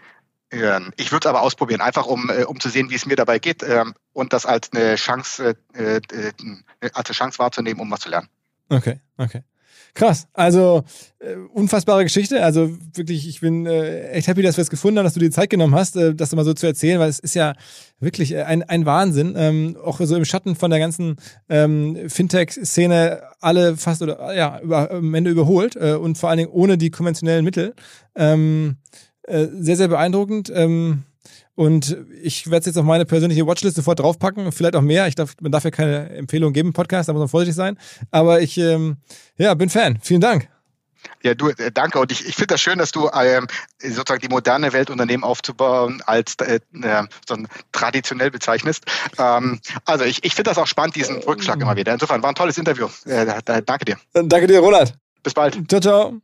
Speaker 2: ich würde es aber ausprobieren, einfach um, um zu sehen, wie es mir dabei geht ähm, und das als eine Chance, äh, als eine Chance wahrzunehmen, um was zu lernen.
Speaker 1: Okay, okay. Krass, also äh, unfassbare Geschichte, also wirklich, ich bin äh, echt happy, dass wir es gefunden haben, dass du dir die Zeit genommen hast, äh, das mal so zu erzählen, weil es ist ja wirklich ein, ein Wahnsinn, ähm, auch so im Schatten von der ganzen ähm, Fintech-Szene alle fast oder ja, über, am Ende überholt äh, und vor allen Dingen ohne die konventionellen Mittel. Ähm, äh, sehr, sehr beeindruckend. Ähm, Und ich werde es jetzt auf meine persönliche Watchlist sofort draufpacken, vielleicht auch mehr. Ich darf, man darf ja keine Empfehlung geben im Podcast, da muss man vorsichtig sein. Aber ich ähm, ja, bin Fan. Vielen Dank.
Speaker 2: Ja, du, äh, danke. Und ich, ich finde das schön, dass du ähm, sozusagen die moderne Weltunternehmen aufzubauen als äh, so traditionell bezeichnest. Ähm, also ich, ich finde das auch spannend, diesen Rückschlag immer wieder. Insofern war ein tolles Interview. Äh, da, danke dir.
Speaker 1: Danke dir, Roland.
Speaker 2: Bis bald.
Speaker 1: Ciao, ciao.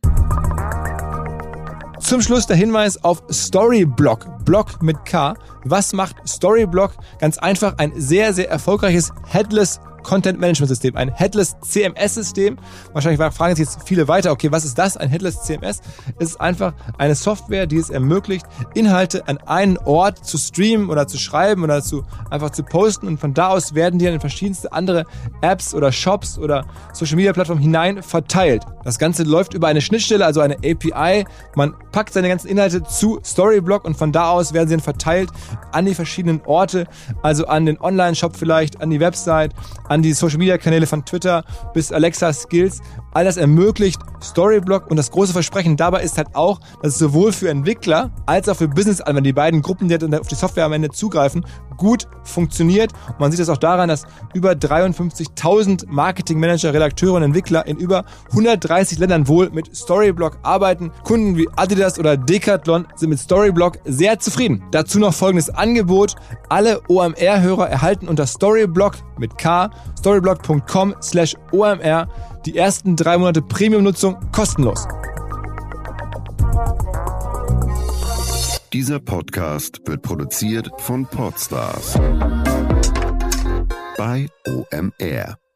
Speaker 1: Zum Schluss der Hinweis auf Storyblock, Block mit K. Was macht Storyblock? Ganz einfach ein sehr, sehr erfolgreiches Headless Content Management System, ein Headless C M S-System. Wahrscheinlich fragen sich jetzt viele weiter, okay, was ist das, ein Headless C M S? Es ist einfach eine Software, die es ermöglicht, Inhalte an einen Ort zu streamen oder zu schreiben oder zu einfach zu posten und von da aus werden die dann in verschiedenste andere Apps oder Shops oder Social Media Plattformen hinein verteilt. Das Ganze läuft über eine Schnittstelle, also eine A P I. Man packt seine ganzen Inhalte zu Storyblock und von da aus werden sie dann verteilt an die verschiedenen Orte, also an den Online-Shop vielleicht, an die Website, an die Social-Media-Kanäle von Twitter bis Alexa Skills. All das ermöglicht Storyblock und das große Versprechen dabei ist halt auch, dass es sowohl für Entwickler als auch für Business-Anwender, die beiden Gruppen, die auf die Software am Ende zugreifen, gut funktioniert. Und man sieht das auch daran, dass über dreiundfünfzigtausend Marketing-Manager, Redakteure und Entwickler in über hundertdreißig Ländern wohl mit Storyblock arbeiten. Kunden wie Adidas oder Decathlon sind mit Storyblock sehr zufrieden. Dazu noch folgendes Angebot. Alle O M R-Hörer erhalten unter Storyblock mit K, storyblock.com slash OMR die ersten drei Monate Premium-Nutzung kostenlos.
Speaker 4: Dieser Podcast wird produziert von Podstars bei O M R.